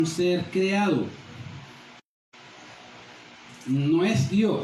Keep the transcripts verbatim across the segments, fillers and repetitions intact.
un ser creado, no es Dios.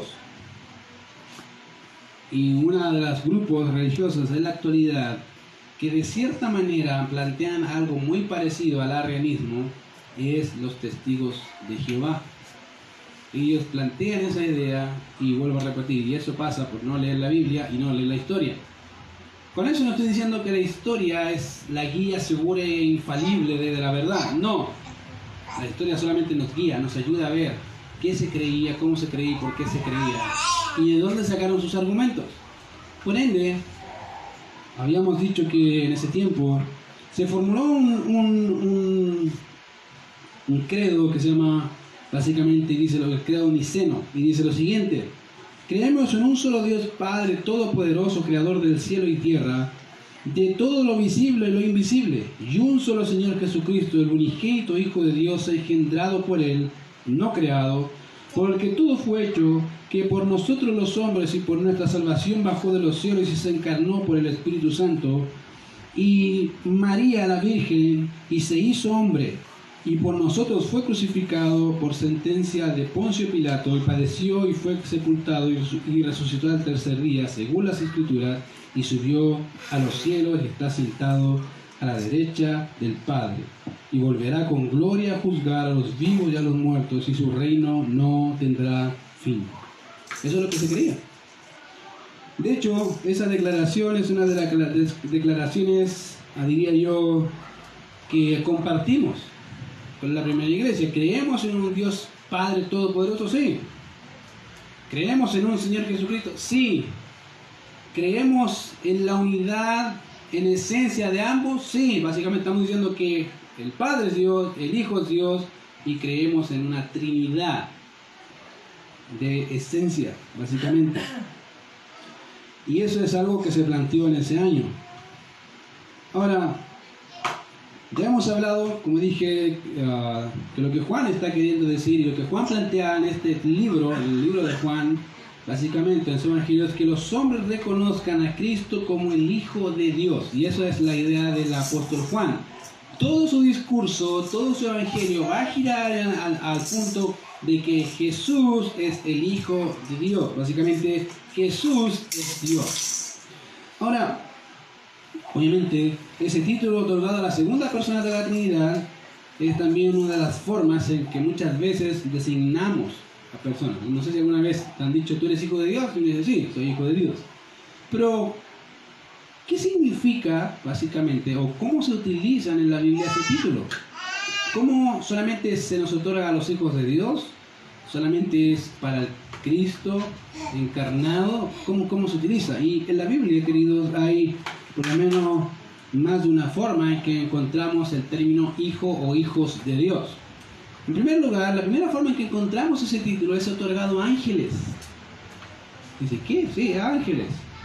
Y uno de los grupos religiosos de la actualidad que de cierta manera plantean algo muy parecido al arrianismo es los testigos de Jehová. Ellos plantean esa idea, y vuelvo a repetir, y eso pasa por no leer la Biblia y no leer la historia. Con eso no estoy diciendo que la historia es la guía segura e infalible de, de la verdad. No, la historia solamente nos guía, nos ayuda a ver qué se creía, cómo se creía y por qué se creía, y de dónde sacaron sus argumentos. Por ende, habíamos dicho que en ese tiempo se formuló un, un, un, un credo que se llama, básicamente dice lo, el credo niceno, y dice lo siguiente: creemos en un solo Dios Padre Todopoderoso, Creador del cielo y tierra, de todo lo visible y lo invisible, y un solo Señor Jesucristo, el unigénito Hijo de Dios, engendrado por Él, no creado, por el que todo fue hecho, que por nosotros los hombres y por nuestra salvación bajó de los cielos y se encarnó por el Espíritu Santo, y María la Virgen, y se hizo hombre, y por nosotros fue crucificado por sentencia de Poncio Pilato, y padeció y fue sepultado y resucitó al tercer día, según las Escrituras, y subió a los cielos y está sentado a la derecha del Padre, y volverá con gloria a juzgar a los vivos y a los muertos, y su reino no tendrá fin. Eso es lo que se creía. De hecho, esa declaración es una de las declaraciones, diría yo, que compartimos con la primera iglesia. ¿Creemos en un Dios Padre Todopoderoso? Sí. ¿Creemos en un Señor Jesucristo? Sí. ¿Creemos en la unidad en esencia de ambos? Sí. Básicamente estamos diciendo que el Padre es Dios, el Hijo es Dios, y creemos en una Trinidad de esencia, básicamente. Y eso es algo que se planteó en ese año. Ahora, ya hemos hablado, como dije, uh, que lo que Juan está queriendo decir y lo que Juan plantea en este libro, el libro de Juan, básicamente en su evangelio, es que los hombres reconozcan a Cristo como el Hijo de Dios. Y eso es la idea del apóstol Juan. Todo su discurso, todo su evangelio va a girar al, al punto de que Jesús es el Hijo de Dios. Básicamente, Jesús es Dios. Ahora, obviamente, ese título otorgado a la segunda persona de la Trinidad es también una de las formas en que muchas veces designamos a personas. No sé si alguna vez te han dicho, ¿tú eres hijo de Dios? Y me dices, sí, soy hijo de Dios. Pero, ¿qué significa, básicamente, o cómo se utilizan en la Biblia ese título? ¿Cómo solamente se nos otorga a los hijos de Dios? ¿Solamente es para el Cristo encarnado? ¿Cómo, cómo se utiliza? Y en la Biblia, queridos, hay por lo menos más de una forma en que encontramos el término hijo o hijos de Dios. En primer lugar, la primera forma en que encontramos ese título es otorgado a ángeles. Dice, ¿qué? Sí, a ángeles.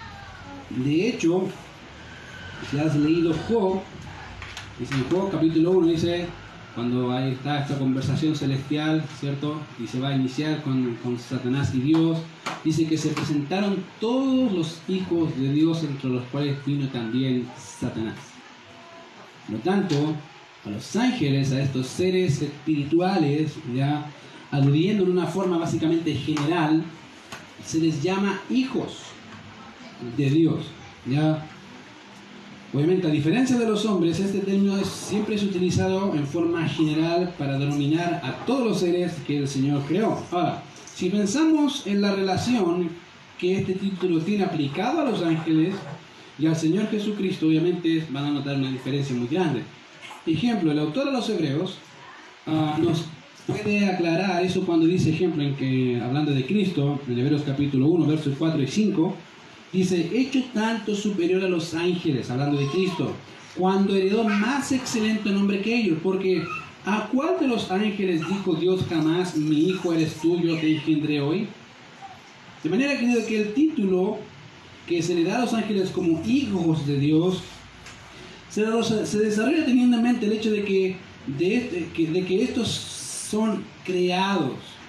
De hecho, si has leído Job, dice en Job capítulo uno, dice, cuando ahí está esta conversación celestial, ¿cierto? Y se va a iniciar con, con Satanás y Dios, dice que se presentaron todos los hijos de Dios, entre los cuales vino también Satanás. Por lo tanto, a los ángeles, a estos seres espirituales, ya aludiendo en una forma básicamente general, se les llama hijos de Dios. Ya, obviamente, a diferencia de los hombres, este término es, siempre es utilizado en forma general para denominar a todos los seres que el Señor creó. Ahora, si pensamos en la relación que este título tiene aplicado a los ángeles y al Señor Jesucristo, obviamente van a notar una diferencia muy grande. Ejemplo, el autor de los Hebreos uh, nos puede aclarar eso cuando dice, ejemplo, en que hablando de Cristo, en Hebreos capítulo uno, versos cuatro y cinco, dice, hecho tanto superior a los ángeles, hablando de Cristo, cuando heredó más excelente nombre que ellos, porque ¿a cuál de los ángeles dijo Dios jamás, mi hijo eres tú, yo te engendré hoy? De manera, querido, que el título que se le da a los ángeles como hijos de Dios se, se desarrolla teniendo en mente el hecho de que, de, que, de que estos son creados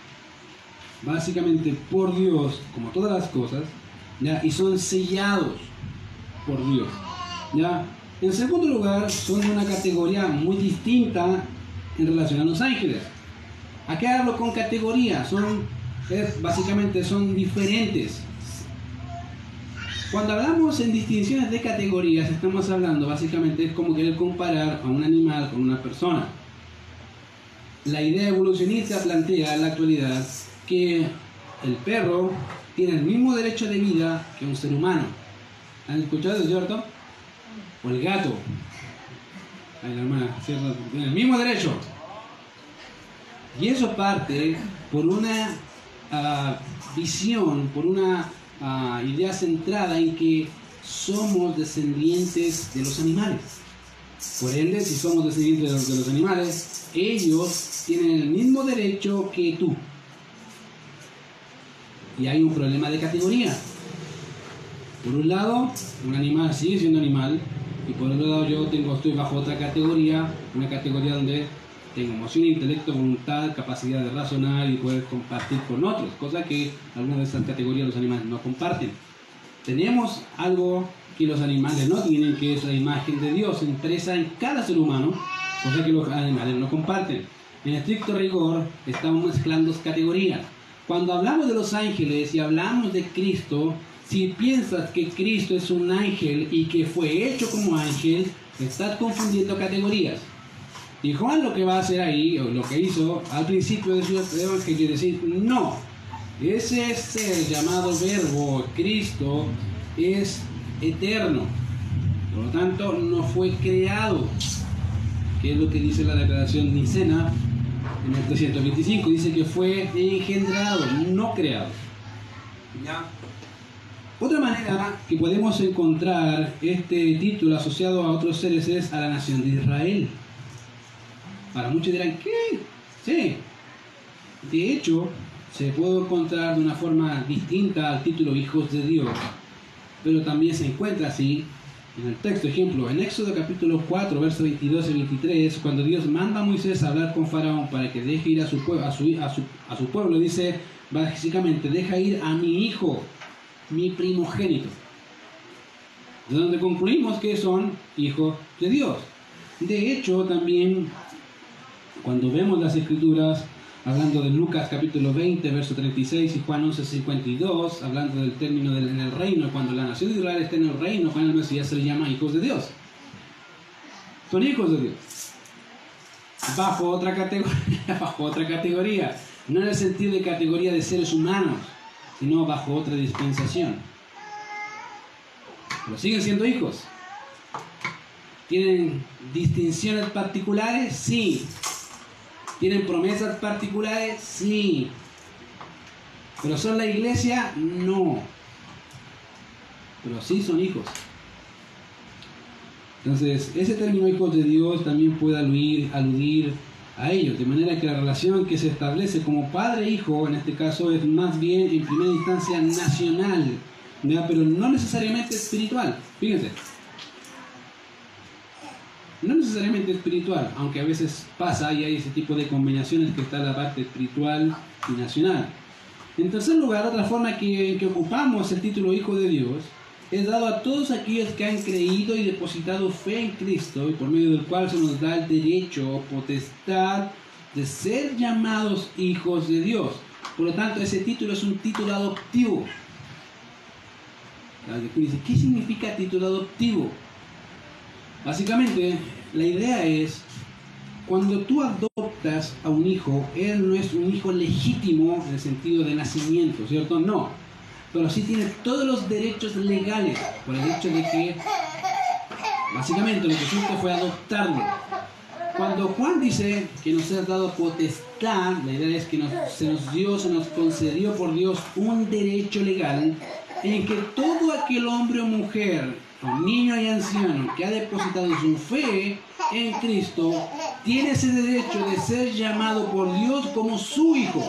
básicamente por Dios, como todas las cosas, ¿ya? Y son sellados por Dios, ¿ya? En segundo lugar, son de una categoría muy distinta en relación a los ángeles. Aquí hablo con categorías, son, es, básicamente son diferentes. Cuando hablamos en distinciones de categorías, estamos hablando básicamente es como querer comparar a un animal con una persona. La idea evolucionista plantea en la actualidad que el perro tiene el mismo derecho de vida que un ser humano. ¿Han escuchado, cierto? O el gato. Ay, la hermana, ¿cierto? Tiene el mismo derecho. Y eso parte por una uh, visión, por una uh, idea centrada en que somos descendientes de los animales. Por ende, si somos descendientes de los, de los animales, ellos tienen el mismo derecho que tú. Y hay un problema de categoría. Por un lado, un animal sigue siendo animal, y por otro lado yo tengo, estoy bajo otra categoría, una categoría donde tengo emoción, intelecto, voluntad, capacidad de razonar y poder compartir con otros, cosa que algunas de estas categorías los animales no comparten. Tenemos algo que los animales no tienen, que es la imagen de Dios impresa en cada ser humano, cosa que los animales no comparten. En estricto rigor, estamos mezclando categorías. Cuando hablamos de los ángeles y hablamos de Cristo, si piensas que Cristo es un ángel y que fue hecho como ángel, estás confundiendo categorías. Y Juan lo que va a hacer ahí, o lo que hizo al principio de su evangelio, es decir, no, ese ser llamado Verbo, Cristo, es eterno. Por lo tanto, no fue creado, que es lo que dice la declaración nicena en el trescientos veinticinco. Dice que fue engendrado, no creado. ¿Ya? Otra manera que podemos encontrar este título asociado a otros seres es a la nación de Israel. Para muchos dirán, ¿qué? Sí. De hecho, se puede encontrar de una forma distinta al título Hijos de Dios, pero también se encuentra así en el texto. Ejemplo, en Éxodo capítulo cuatro, versos veintidós y veintitrés, cuando Dios manda a Moisés a hablar con Faraón para que deje ir a su, a su, a su, a su pueblo, dice básicamente, deja ir a mi hijo, mi primogénito. De donde concluimos que son hijos de Dios. De hecho, también cuando vemos las escrituras, hablando de Lucas capítulo veinte, verso treinta y seis, y Juan once, cincuenta y dos, hablando del término del, en el reino, cuando la nación de Israel está en el reino, Juan el Mesías se le llama hijos de Dios. Son hijos de Dios. Bajo otra categoría, bajo otra categoría. No en el sentido de categoría de seres humanos, sino bajo otra dispensación. Pero siguen siendo hijos. ¿Tienen distinciones particulares? Sí. ¿Tienen promesas particulares? Sí. ¿Pero son la iglesia? No. Pero sí son hijos. Entonces, ese término hijos de Dios también puede aludir, aludir a ellos, de manera que la relación que se establece como padre-hijo, en este caso, es más bien en primera instancia nacional, ¿verdad? Pero no necesariamente espiritual. Fíjense. No necesariamente espiritual, aunque a veces pasa y hay ese tipo de combinaciones que está la parte espiritual y nacional. En tercer lugar, otra forma que, que ocupamos el título Hijo de Dios es dado a todos aquellos que han creído y depositado fe en Cristo, y por medio del cual se nos da el derecho o potestad de ser llamados hijos de Dios. Por lo tanto, ese título es un título adoptivo. ¿Qué significa título adoptivo? Básicamente, la idea es, cuando tú adoptas a un hijo, él no es un hijo legítimo en el sentido de nacimiento, ¿cierto? No. Pero sí tiene todos los derechos legales, por el hecho de que, básicamente, lo que hiciste fue adoptarlo. Cuando Juan dice que nos ha dado potestad, la idea es que nos, se nos dio, se nos concedió por Dios un derecho legal en que todo aquel hombre o mujer, niño y anciano que ha depositado su fe en Cristo, tiene ese derecho de ser llamado por Dios como su hijo.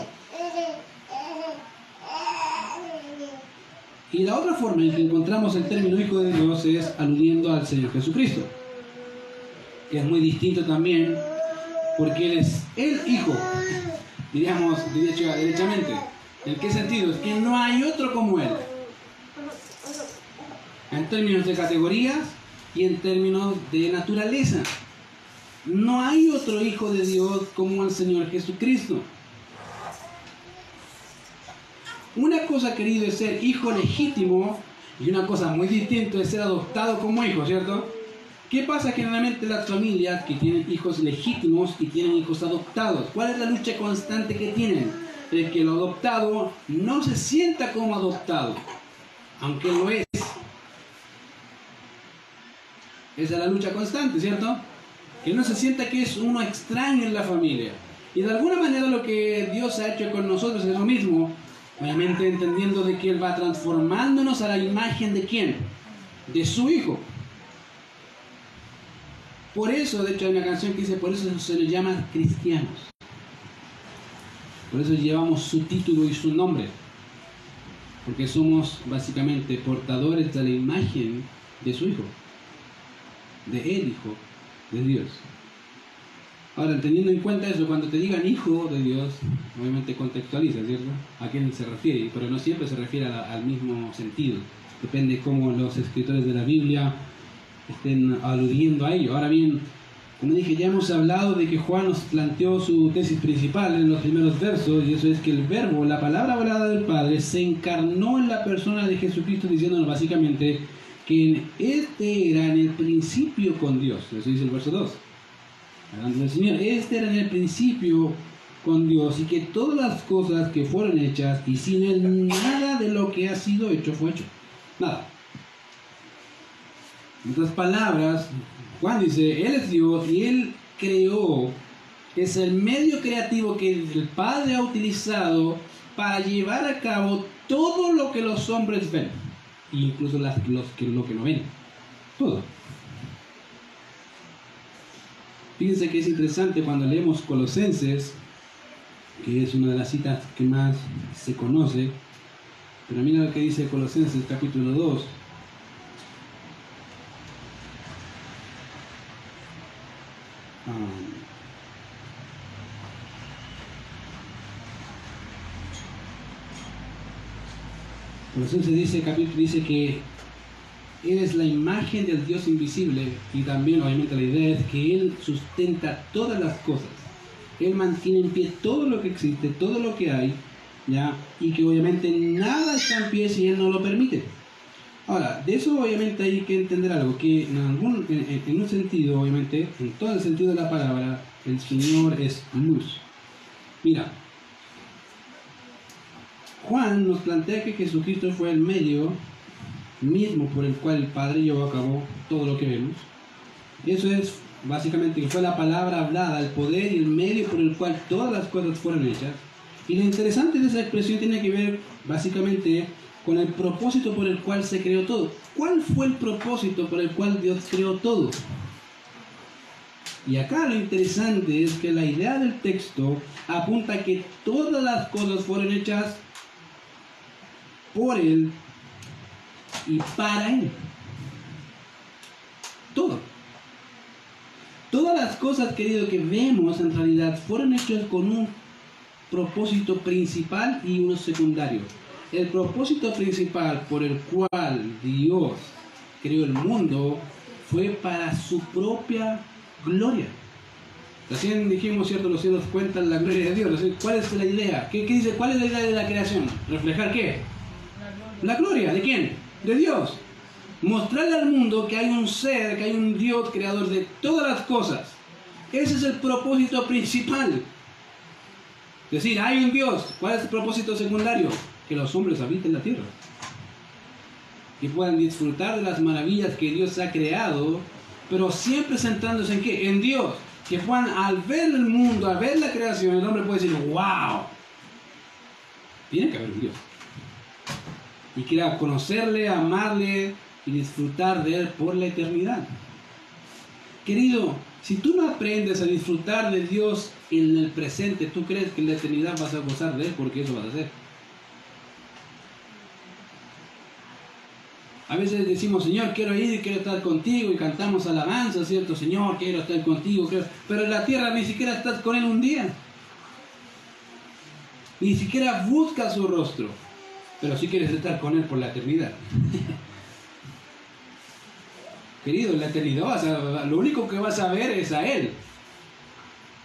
Y la otra forma en que encontramos el término hijo de Dios es aludiendo al Señor Jesucristo, que es muy distinto también, porque Él es el hijo, diríamos derecho, derechamente. ¿En qué sentido? Es que no hay otro como Él, en términos de categorías y en términos de naturaleza. No hay otro Hijo de Dios como el Señor Jesucristo. Una cosa, querido, es ser hijo legítimo y una cosa muy distinta es ser adoptado como hijo, ¿cierto? ¿Qué pasa generalmente en las familias que tienen hijos legítimos y tienen hijos adoptados? ¿Cuál es la lucha constante que tienen? El que el adoptado no se sienta como adoptado, aunque lo es. Esa es la lucha constante, ¿cierto? Que no se sienta que es uno extraño en la familia. Y de alguna manera lo que Dios ha hecho con nosotros es lo mismo. Obviamente entendiendo de que Él va transformándonos a la imagen de ¿quién? De su Hijo. Por eso, de hecho, hay una canción que dice, por eso se les llama cristianos. Por eso llevamos su título y su nombre. Porque somos básicamente portadores de la imagen de su Hijo. De el Hijo de Dios. Ahora, teniendo en cuenta eso, cuando te digan hijo de Dios, obviamente contextualiza, ¿cierto? A quién se refiere, pero no siempre se refiere a, al mismo sentido. Depende cómo los escritores de la Biblia estén aludiendo a ello. Ahora bien, como dije, ya hemos hablado de que Juan nos planteó su tesis principal en los primeros versos, y eso es que el verbo, la palabra hablada del Padre, se encarnó en la persona de Jesucristo, diciéndonos básicamente que este era en el principio con Dios. Eso dice el verso dos. Hablando del Señor, este era en el principio con Dios, y que todas las cosas que fueron hechas, y sin Él nada de lo que ha sido hecho fue hecho. Nada. En otras palabras, Juan dice, Él es Dios y Él creó, es el medio creativo que el Padre ha utilizado para llevar a cabo todo lo que los hombres ven, incluso las, los que, lo que no ven. Todo. Fíjense que es interesante cuando leemos Colosenses, que es una de las citas que más se conoce, pero mira lo que dice Colosenses capítulo dos. Um, Colosenses dice, capítulo, dice que Él es la imagen del Dios invisible, y también obviamente la idea es que Él sustenta todas las cosas. Él mantiene en pie todo lo que existe, todo lo que hay, ¿ya? Y que obviamente nada está en pie si Él no lo permite. Ahora, de eso obviamente hay que entender algo, que en, algún, en, en un sentido, obviamente, en todo el sentido de la palabra, el Señor es luz. Mira, Juan nos plantea que Jesucristo fue el medio mismo por el cual el Padre llevó a cabo todo lo que vemos. Eso es básicamente que fue la palabra hablada, el poder y el medio por el cual todas las cosas fueron hechas. Y lo interesante de esa expresión tiene que ver básicamente con el propósito por el cual se creó todo. ¿Cuál fue el propósito por el cual Dios creó todo? Y acá lo interesante es que la idea del texto apunta a que todas las cosas fueron hechas por Él y para Él. Todo. Todas las cosas, querido, que vemos en realidad fueron hechas con un propósito principal y uno secundario. El propósito principal por el cual Dios creó el mundo fue para su propia gloria. Recién dijimos, ¿cierto? Los cielos cuentan la gloria de Dios. ¿Cuál es la idea? ¿Qué, qué dice? ¿Cuál es la idea de la creación? ¿Reflejar qué? La gloria. ¿De quién? De Dios. Mostrarle al mundo que hay un ser, que hay un Dios creador de todas las cosas. Ese es el propósito principal. Es decir, hay un Dios. ¿Cuál es el propósito secundario? Que los hombres habiten la tierra. Que puedan disfrutar de las maravillas que Dios ha creado, pero siempre centrándose en ¿qué? En Dios. Que puedan, al ver el mundo, al ver la creación, el hombre puede decir, wow, tiene que haber un Dios. Y quiera conocerle, amarle y disfrutar de Él por la eternidad. Querido, si tú no aprendes a disfrutar de Dios en el presente, ¿tú crees que en la eternidad vas a gozar de Él? Porque eso vas a hacer. A veces decimos, Señor, quiero ir, quiero estar contigo, y cantamos alabanza, ¿cierto? Señor, quiero estar contigo, quiero... pero en la tierra ni siquiera estás con Él un día. Ni siquiera buscas su rostro, pero sí quieres estar con Él por la eternidad. Querido, en la eternidad vas a, lo único que vas a ver es a Él.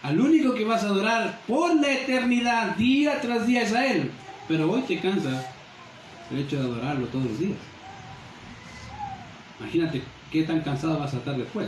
Al único que vas a adorar por la eternidad, día tras día, es a Él. Pero hoy te cansa el hecho de adorarlo todos los días. Imagínate qué tan cansado vas a estar después.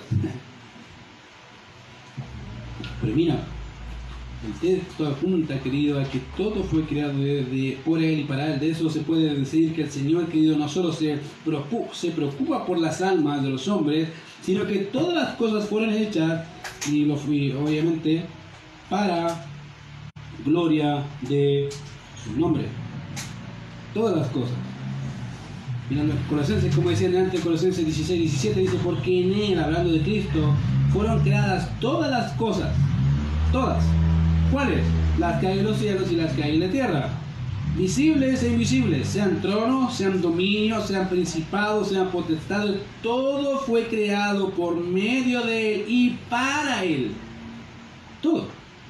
Pero mira, el texto apunta, querido, a que todo fue creado de, de, por Él y para Él. De eso se puede decir que el Señor, querido, no solo se preocupa, se preocupa por las almas de los hombres, sino que todas las cosas fueron hechas, y, lo, y obviamente, para gloria de su nombre. Todas las cosas. Mira, Colosenses, como decían antes, Colosenses dieciséis, diecisiete, dice, porque en Él, hablando de Cristo, fueron creadas todas las cosas. Todas. ¿Cuáles? Las que hay en los cielos y las que hay en la tierra. Visibles e invisibles, sean tronos, sean dominios, sean principados, sean potestades, todo fue creado por medio de Él y para Él. Todo.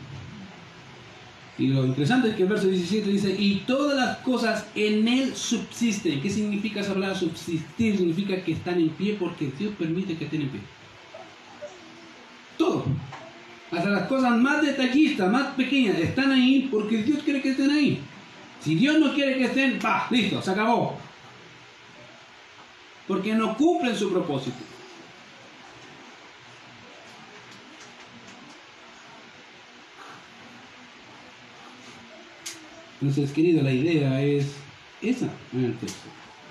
Y lo interesante es que el verso diecisiete dice, y todas las cosas en Él subsisten. ¿Qué significa esa palabra subsistir? Significa que están en pie porque Dios permite que estén en pie. Todo. Hasta las cosas más detallistas, más pequeñas, están ahí porque Dios quiere que estén ahí. Si Dios no quiere que estén, ¡pah! Listo, se acabó. Porque no cumplen su propósito. Entonces, querido, la idea es esa en el texto.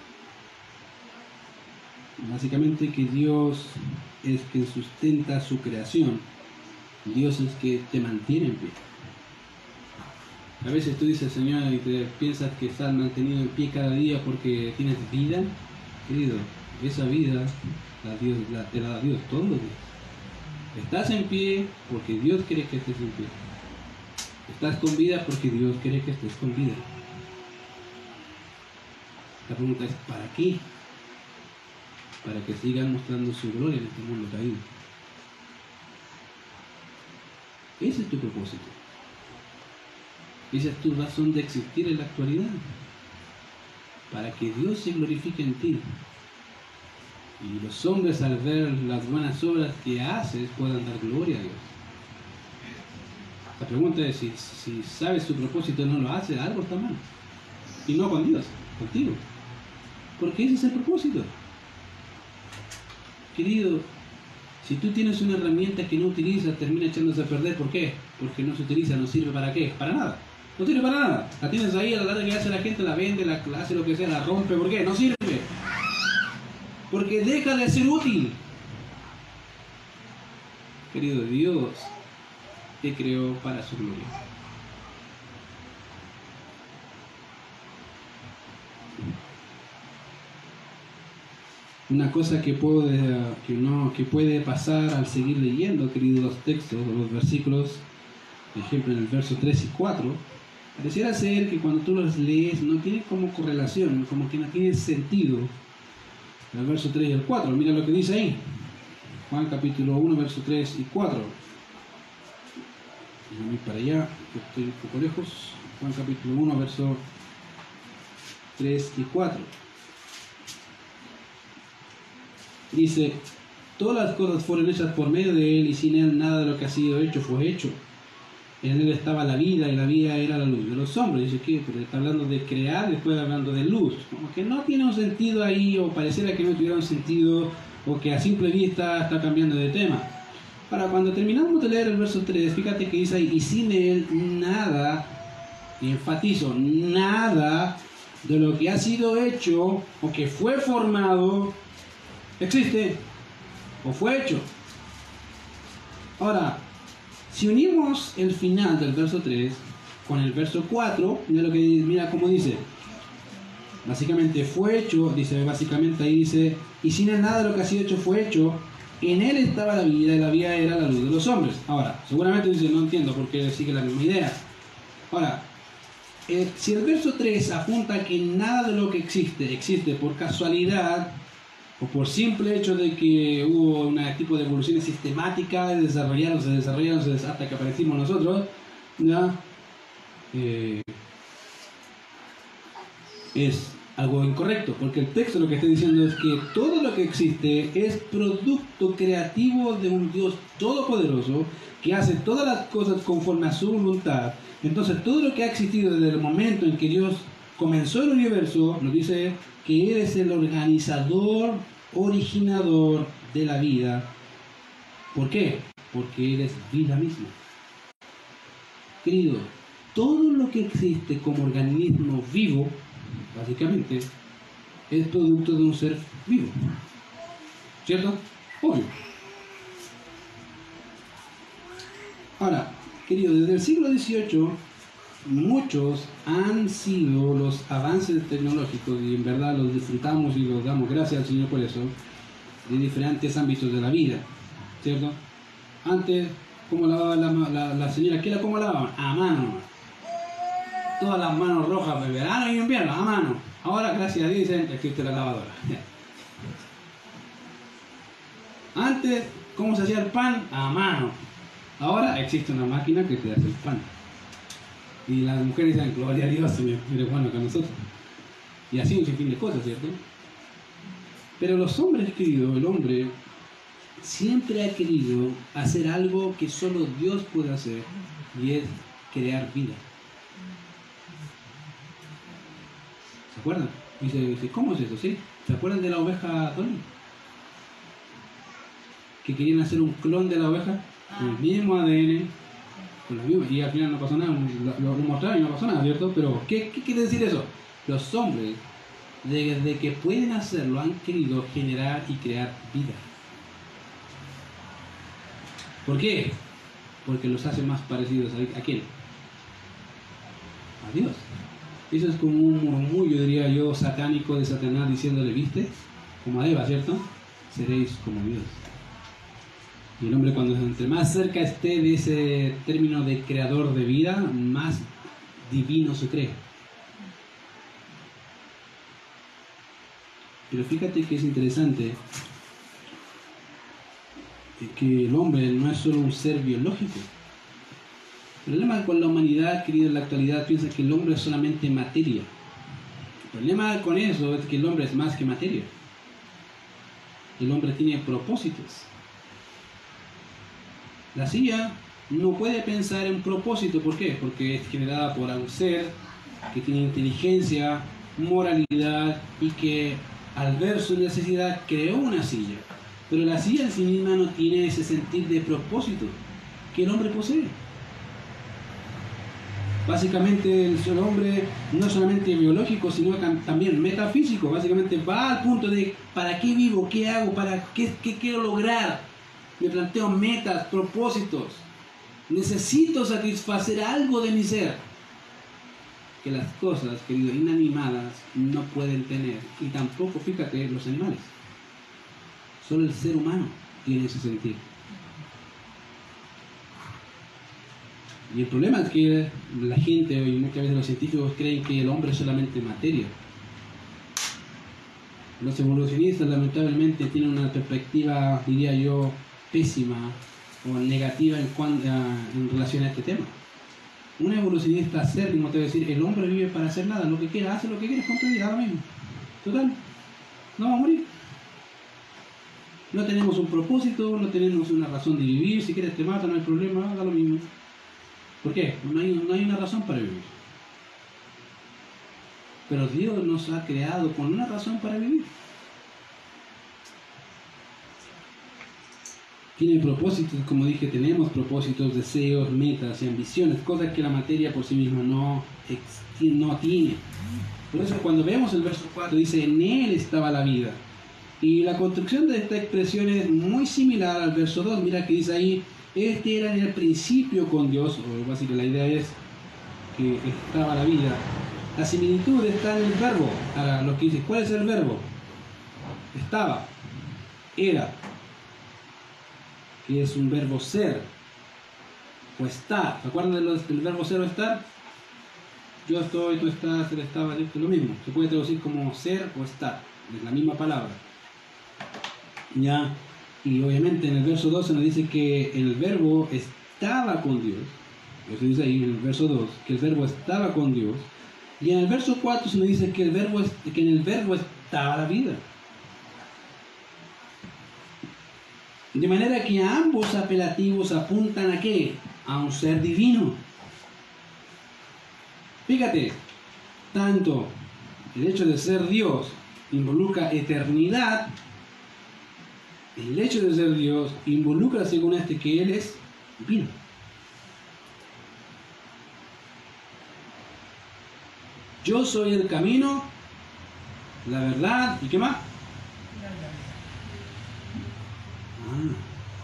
Básicamente que Dios es quien sustenta su creación. Dios es que te mantiene en pie. A veces tú dices, Señor, y te piensas que estás mantenido en pie cada día porque tienes vida. Querido, esa vida la Dios, la, te la da Dios todos los días. Estás en pie porque Dios quiere que estés en pie. Estás con vida porque Dios quiere que estés con vida. La pregunta es, ¿para qué? Para que sigan mostrando su gloria en este mundo caído. Ese es tu propósito. Esa es tu razón de existir en la actualidad. Para que Dios se glorifique en ti. Y los hombres, al ver las buenas obras que haces, puedan dar gloria a Dios. La pregunta es, si, si sabes tu propósito y no lo haces, algo está mal. Y no con Dios, contigo. Porque ese es el propósito. Querido, si tú tienes una herramienta que no utilizas, termina echándose a perder. ¿Por qué? Porque no se utiliza, no sirve para qué, para nada. No sirve para nada. La tienes ahí, a la hora que hace la gente, la vende, la hace lo que sea, la rompe. ¿Por qué? No sirve. Porque deja de ser útil. Querido, Dios te creó para su gloria. Una cosa que puede, que no, que puede pasar al seguir leyendo, queridos, los textos o los versículos, por ejemplo en el verso tres y cuatro, pareciera ser que cuando tú los lees no tiene como correlación, como que no tiene sentido el verso tres y el cuatro. Mira lo que dice ahí, Juan capítulo uno, verso tres y cuatro. Voy para allá, estoy un poco lejos. Juan capítulo uno, verso tres y cuatro. Dice, todas las cosas fueron hechas por medio de Él, y sin Él nada de lo que ha sido hecho fue hecho. En Él estaba la vida, y la vida era la luz de los hombres. Dice que pero está hablando de crear, después hablando de luz. Como que no tiene un sentido ahí, o pareciera que no tuviera un sentido, o que a simple vista está cambiando de tema. Para cuando terminamos de leer el verso tres, fíjate que dice ahí, y sin Él nada, y enfatizo, nada de lo que ha sido hecho, o que fue formado, existe o fue hecho. Ahora, si unimos el final del verso tres con el verso cuatro, mira lo que mira cómo dice. Básicamente fue hecho, dice básicamente ahí dice, y sin él nada de lo que ha sido hecho fue hecho. En él estaba la vida y la vida era la luz de los hombres. Ahora, seguramente dice, no entiendo por qué sigue la misma idea. Ahora, eh, si el verso tres apunta a que nada de lo que existe existe por casualidad, o por simple hecho de que hubo un tipo de evolución sistemática, desarrollaron, se desarrollaron hasta que aparecimos nosotros, ¿ya? Eh, es algo incorrecto, porque el texto lo que está diciendo es que todo lo que existe es producto creativo de un Dios todopoderoso que hace todas las cosas conforme a su voluntad. Entonces todo lo que ha existido desde el momento en que Dios comenzó el universo, nos dice que Él es el organizador, originador de la vida. ¿Por qué? Porque Él es vida misma. Querido, todo lo que existe como organismo vivo, básicamente, es producto de un ser vivo. ¿Cierto? Obvio. Ahora, querido, desde el siglo dieciocho, muchos han sido los avances tecnológicos, y en verdad los disfrutamos y los damos gracias al Señor por eso, de diferentes ámbitos de la vida. ¿Cierto? Antes, ¿cómo lavaba la, la, la señora? ¿Qué la cómo lavaban? A mano. Todas las manos rojas de verano y invierno, a mano. Ahora, gracias a Dios, dicen que existe la lavadora. Antes, ¿cómo se hacía el pan? A mano. Ahora existe una máquina que te hace el pan. Y las mujeres dicen, gloria a Dios, Señor, eres bueno con nosotros. Y así un sinfín de cosas, ¿cierto? Pero los hombres, querido, el hombre siempre ha querido hacer algo que solo Dios puede hacer, y es crear vida. ¿Se acuerdan? Dice, dice, ¿cómo es eso? ¿Sí? ¿Se acuerdan de la oveja Dolly? Que querían hacer un clon de la oveja con el mismo A D N, con la misma, y al final no pasó nada, lo, lo mostraron y no pasó nada, ¿cierto? Pero, ¿qué, qué quiere decir eso? Los hombres, desde que pueden hacerlo, han querido generar y crear vida. ¿Por qué? Porque los hace más parecidos a, ¿a quién? A Dios. Eso es como un murmullo, diría yo, satánico de Satanás diciéndole, ¿viste? Como a Eva, ¿cierto? Seréis como Dios. Y el hombre, cuando entre más cerca esté de ese término de creador de vida, más divino se cree. Pero fíjate que es interesante que el hombre no es solo un ser biológico. El problema con la humanidad, querido, en la actualidad piensa que el hombre es solamente materia. El problema con eso es que el hombre es más que materia. El hombre tiene propósitos. La C I A no puede pensar en propósito. ¿Por qué? Porque es generada por un ser que tiene inteligencia, moralidad y que al ver su necesidad creó una silla. Pero la silla en sí misma no tiene ese sentir de propósito que el hombre posee. Básicamente el hombre no solamente biológico, sino también metafísico. Básicamente va al punto de ¿para qué vivo? ¿Qué hago? ¿Para qué, qué quiero lograr? Me planteo metas, propósitos. Necesito satisfacer algo de mi ser que las cosas, querido, inanimadas no pueden tener. Y tampoco, fíjate, los animales. Solo el ser humano tiene ese sentido. Y el problema es que la gente, y muchas veces los científicos, creen que el hombre es solamente materia. Los evolucionistas, lamentablemente, tienen una perspectiva, diría yo, pésima o negativa en, cuanto a, en relación a este tema. Un evolucionista acérrimo te va a decir, el hombre vive para hacer nada, lo que quiera, hace lo que quiere con tu vida, ahora mismo. Total, no va a morir. No tenemos un propósito, no tenemos una razón de vivir, si quieres te mata, no hay problema, haga lo mismo. ¿Por qué? No hay, no hay una razón para vivir. Pero Dios nos ha creado con una razón para vivir. Tiene propósitos, como dije, tenemos propósitos, deseos, metas y ambiciones, cosas que la materia por sí misma no, no tiene. Por eso cuando vemos el verso cuatro dice, en él estaba la vida. Y la construcción de esta expresión es muy similar al verso dos. Mira que dice ahí, este era en el principio con Dios, o así que la idea es que estaba la vida. La similitud está en el verbo. Ahora, lo que dice, ¿cuál es el verbo? Estaba, era, que es un verbo ser o estar. ¿Se acuerdan del, del verbo ser o estar? Yo estoy, tú estás, él estaba, es lo mismo. Se puede traducir como ser o estar, es la misma palabra. Ya, y obviamente en el verso dos se nos dice que el verbo estaba con Dios. Eso dice ahí en el verso dos, que el verbo estaba con Dios. Y en el verso cuatro se nos dice que, el verbo es, que en el verbo estaba la vida. De manera que ambos apelativos apuntan a ¿qué? A un ser divino. Fíjate, tanto el hecho de ser Dios involucra eternidad, el hecho de ser Dios involucra, según este, que Él es divino. Yo soy el camino, la verdad, ¿y qué más? Ah.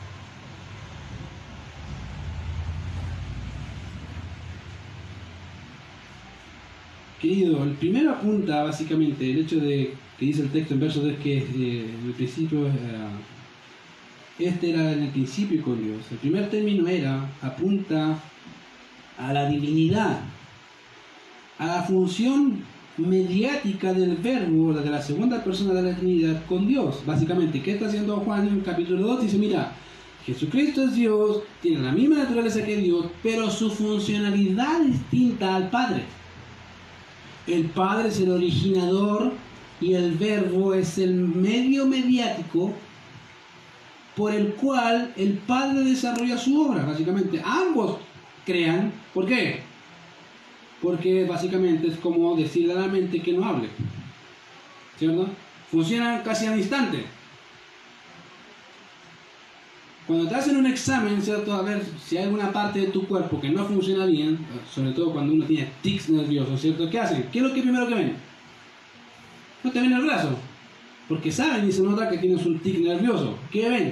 Querido, el primero apunta básicamente el hecho de que dice el texto en verso tres que eh, en el principio era, este era en el principio con Dios. El primer término era, apunta a la divinidad, a la función mediática del verbo, la de la segunda persona de la Trinidad con Dios. Básicamente, ¿qué está haciendo Juan en el capítulo dos? Dice, mira, Jesucristo es Dios, tiene la misma naturaleza que Dios, pero su funcionalidad es distinta al Padre. El Padre es el originador y el verbo es el medio mediático por el cual el Padre desarrolla su obra. Básicamente, ambos crean. ¿Por qué? Porque básicamente es como decirle a la mente que no hable, ¿cierto? Funcionan casi al instante. Cuando te hacen un examen, ¿cierto? A ver si hay alguna parte de tu cuerpo que no funciona bien, sobre todo cuando uno tiene tics nerviosos, ¿cierto? ¿Qué hacen? ¿Qué es lo que primero que ven? No te ven el brazo, porque saben y se nota que tienes un tic nervioso. ¿Qué ven?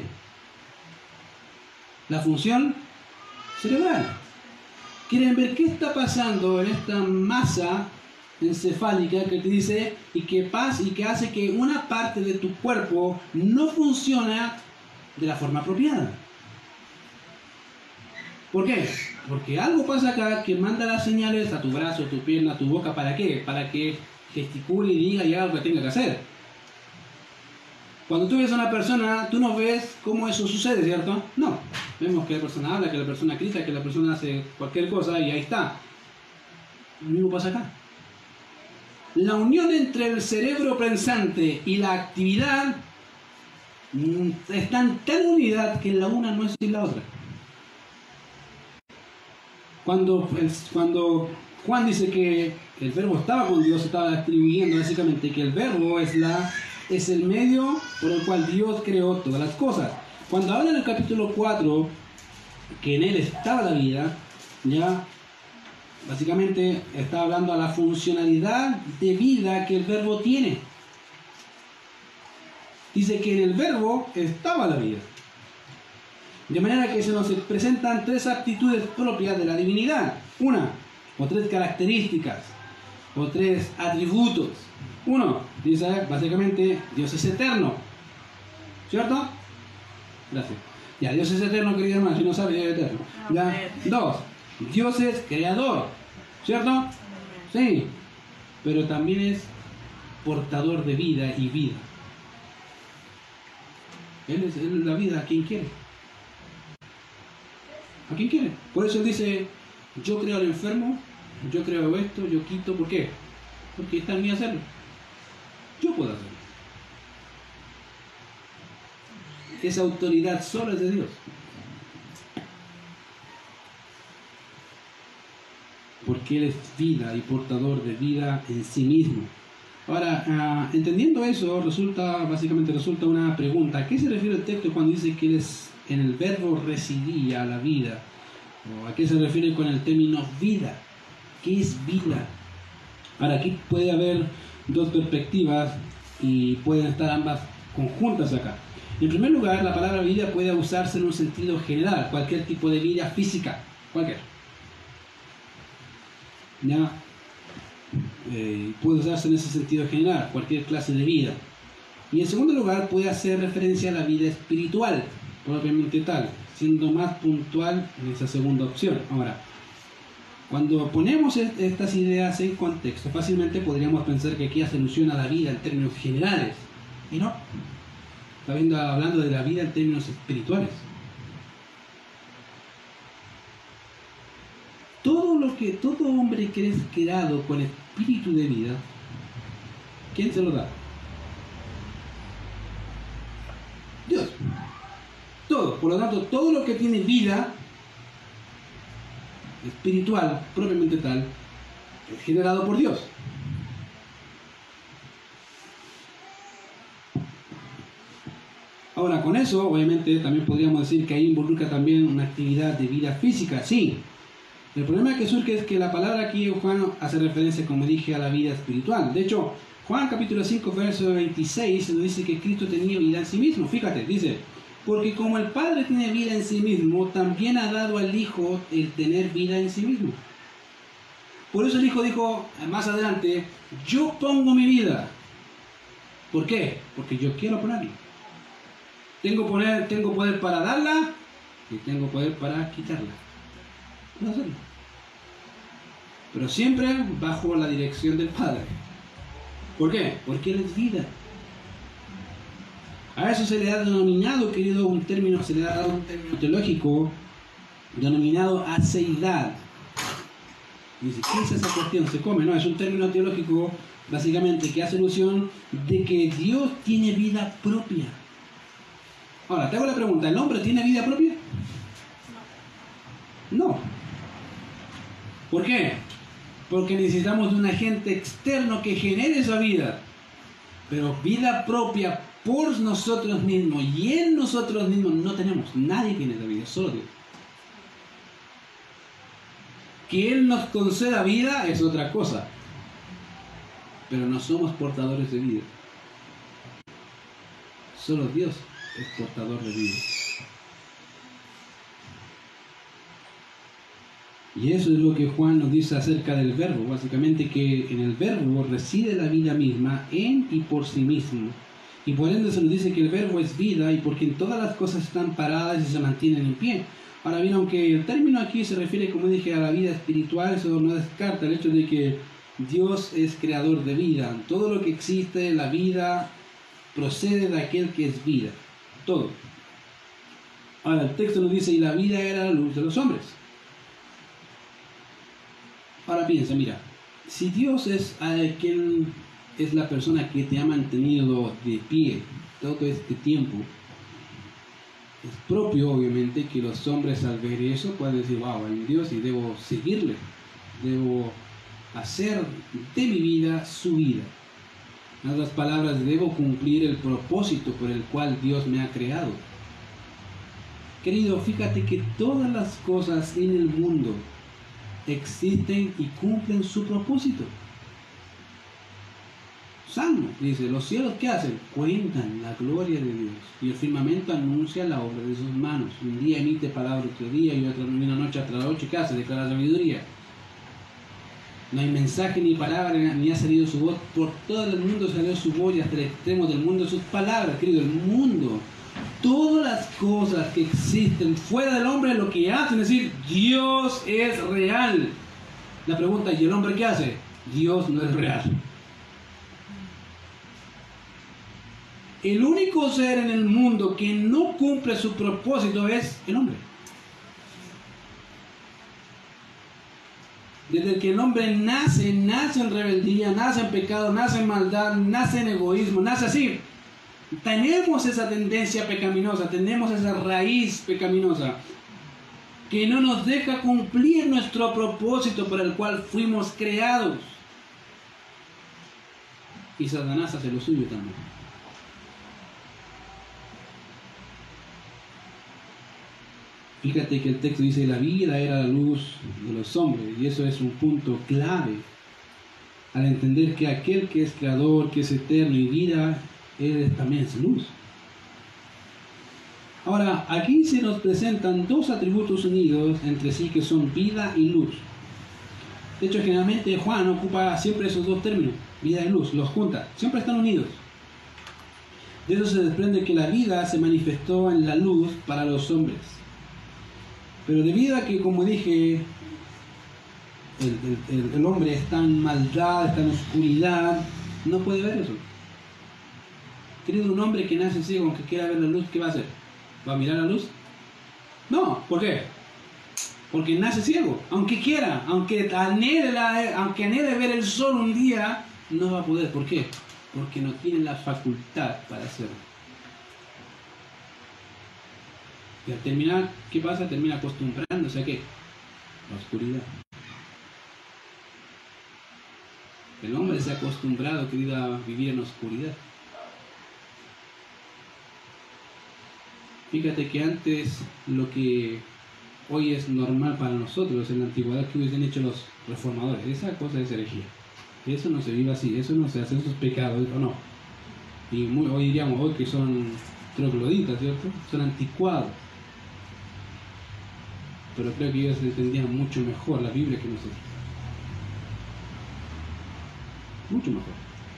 La función cerebral. Quieren ver qué está pasando en esta masa encefálica que te dice y que pasa y que hace que una parte de tu cuerpo no funciona de la forma apropiada. ¿Por qué? Porque algo pasa acá que manda las señales a tu brazo, a tu pierna, a tu boca. ¿Para qué? Para que gesticule y diga y haga lo que tenga que hacer. Cuando tú ves a una persona, tú no ves cómo eso sucede, ¿cierto? No. Vemos que la persona habla, que la persona grita, que la persona hace cualquier cosa y ahí está. Lo mismo pasa acá. La unión entre el cerebro pensante y la actividad están tan unidas que la una no es sin la otra. Cuando, cuando Juan dice que el verbo estaba con Dios, estaba atribuyendo básicamente que el verbo es la es el medio por el cual Dios creó todas las cosas. Cuando habla en el capítulo cuatro que en él estaba la vida, ya básicamente está hablando a la funcionalidad de vida que el verbo tiene. Dice que en el verbo estaba la vida. De manera que se nos presentan tres aptitudes propias de la divinidad. Una, o tres características, o tres atributos. Uno, dice básicamente, Dios es eterno. ¿Cierto? Gracias. Ya, Dios es eterno, querido hermano, si no sabe, Dios es eterno. Ya. Dos, Dios es creador. ¿Cierto? Sí. Pero también es portador de vida y vida. Él es, él es la vida a quien quiere. ¿A quién quiere? Por eso él dice, yo creo al enfermo, yo creo esto, yo quito. ¿Por qué? Porque está en mí hacerlo. Yo puedo hacerlo. Esa autoridad solo es de Dios. Porque Él es vida y portador de vida en sí mismo. Ahora, uh, entendiendo eso, resulta, básicamente resulta una pregunta. ¿A qué se refiere el texto cuando dice que Él es, en el verbo residía la vida? ¿O a qué se refiere con el término vida? ¿Qué es vida? Ahora, aquí puede haber dos perspectivas y pueden estar ambas conjuntas acá. En primer lugar, la palabra vida puede usarse en un sentido general, cualquier tipo de vida física, cualquier. ¿Ya? Eh, puede usarse en ese sentido general, cualquier clase de vida. Y en segundo lugar, puede hacer referencia a la vida espiritual, propiamente tal, siendo más puntual en esa segunda opción. Ahora, cuando ponemos estas ideas en contexto, fácilmente podríamos pensar que aquí hace alusión a la vida en términos generales. Y no. Está viendo, hablando de la vida en términos espirituales. Todo lo que que todo hombre que es creado con espíritu de vida, ¿quién se lo da? Dios. Todo. Por lo tanto, todo lo que tiene vida espiritual, propiamente tal, es generado por Dios. Ahora, con eso, obviamente, también podríamos decir que ahí involucra también una actividad de vida física, sí. El problema que surge es que la palabra aquí Juan hace referencia, como dije, a la vida espiritual. De hecho, Juan capítulo cinco, verso veintiséis, nos dice que Cristo tenía vida en sí mismo. Fíjate, dice, porque como el Padre tiene vida en sí mismo, también ha dado al Hijo el tener vida en sí mismo. Por eso el Hijo dijo más adelante, yo pongo mi vida. ¿Por qué? Porque yo quiero ponerla. Tengo poder, tengo poder para darla y tengo poder para quitarla. Puedo hacerlo. Pero siempre bajo la dirección del Padre. ¿Por qué? Porque Él es vida. A eso se le ha denominado, querido, un término, se le ha dado un término teológico denominado aceidad. Dice, ¿qué es esa cuestión? Se come, no, es un término teológico básicamente que hace alusión de que Dios tiene vida propia. Ahora, te hago la pregunta, ¿el hombre tiene vida propia? No. ¿Por qué? Porque necesitamos de un agente externo que genere esa vida. Pero vida propia por nosotros mismos y en nosotros mismos no tenemos. Nadie tiene esa vida, solo Dios. Que Él nos conceda vida es otra cosa. Pero no somos portadores de vida. Solo Dios es portador de vida. Y eso es lo que Juan nos dice acerca del verbo, básicamente que en el verbo reside la vida misma en y por sí mismo. Y por ende se nos dice que el verbo es vida y porque en todas las cosas están paradas y se mantienen en pie. Ahora bien, aunque el término aquí se refiere, como dije, a la vida espiritual, eso no descarta el hecho de que Dios es creador de vida. Todo lo que existe, la vida, procede de aquel que es vida. Todo. Ahora el texto nos dice, y la vida era la luz de los hombres. Ahora piensa, mira, si Dios es quien es la persona que te ha mantenido de pie todo este tiempo, es propio obviamente que los hombres al ver eso puedan decir, wow, hay un Dios y debo seguirle, debo hacer de mi vida su vida. En otras palabras, debo cumplir el propósito por el cual Dios me ha creado. Querido, fíjate que todas las cosas en el mundo existen y cumplen su propósito. Salmo dice, los cielos ¿qué hacen? Cuentan la gloria de Dios y el firmamento anuncia la obra de sus manos. Un día emite palabra otro día y otra una noche tras noche. ¿Qué hace? Declara sabiduría. No hay mensaje ni palabra ni ha salido su voz. Por todo el mundo salió su voz y hasta el extremo del mundo sus palabras. Querido, el mundo, todas las cosas que existen fuera del hombre, lo que hacen es decir, Dios es real. La pregunta es, ¿y el hombre qué hace? Dios no es real. El único ser en el mundo que no cumple su propósito es el hombre. Desde que el hombre nace, nace en rebeldía, nace en pecado, nace en maldad, nace en egoísmo, nace así. Tenemos esa tendencia pecaminosa, tenemos esa raíz pecaminosa que no nos deja cumplir nuestro propósito por el cual fuimos creados. Y Satanás hace lo suyo también. Fíjate que el texto dice, la vida era la luz de los hombres, y eso es un punto clave al entender que aquel que es creador, que es eterno y vida, Él también es luz. Ahora, aquí se nos presentan dos atributos unidos entre sí que son vida y luz. De hecho, generalmente Juan ocupa siempre esos dos términos, vida y luz, los junta, siempre están unidos. De eso se desprende que la vida se manifestó en la luz para los hombres. Pero debido a que, como dije, el, el, el hombre está en maldad, está en oscuridad, no puede ver eso. Querido, un hombre que nace ciego, aunque quiera ver la luz, ¿qué va a hacer? ¿Va a mirar la luz? No, ¿por qué? Porque nace ciego, aunque quiera, aunque anhele, la, aunque anhele ver el sol un día, no va a poder. ¿Por qué? Porque no tiene la facultad para hacerlo. Y al terminar, ¿qué pasa? Termina acostumbrándose a ¿qué? La oscuridad. El hombre se ha acostumbrado, querido, a vivir en oscuridad. Fíjate que antes lo que hoy es normal para nosotros, en la antigüedad que hubiesen hecho los reformadores, esa cosa es herejía. Eso no se vive así, eso no se hace, esos pecados, o no. Y muy, hoy diríamos hoy que son trogloditas, ¿cierto? Son anticuados. Pero creo que ellos entendían mucho mejor la Biblia que nosotros. Mucho mejor.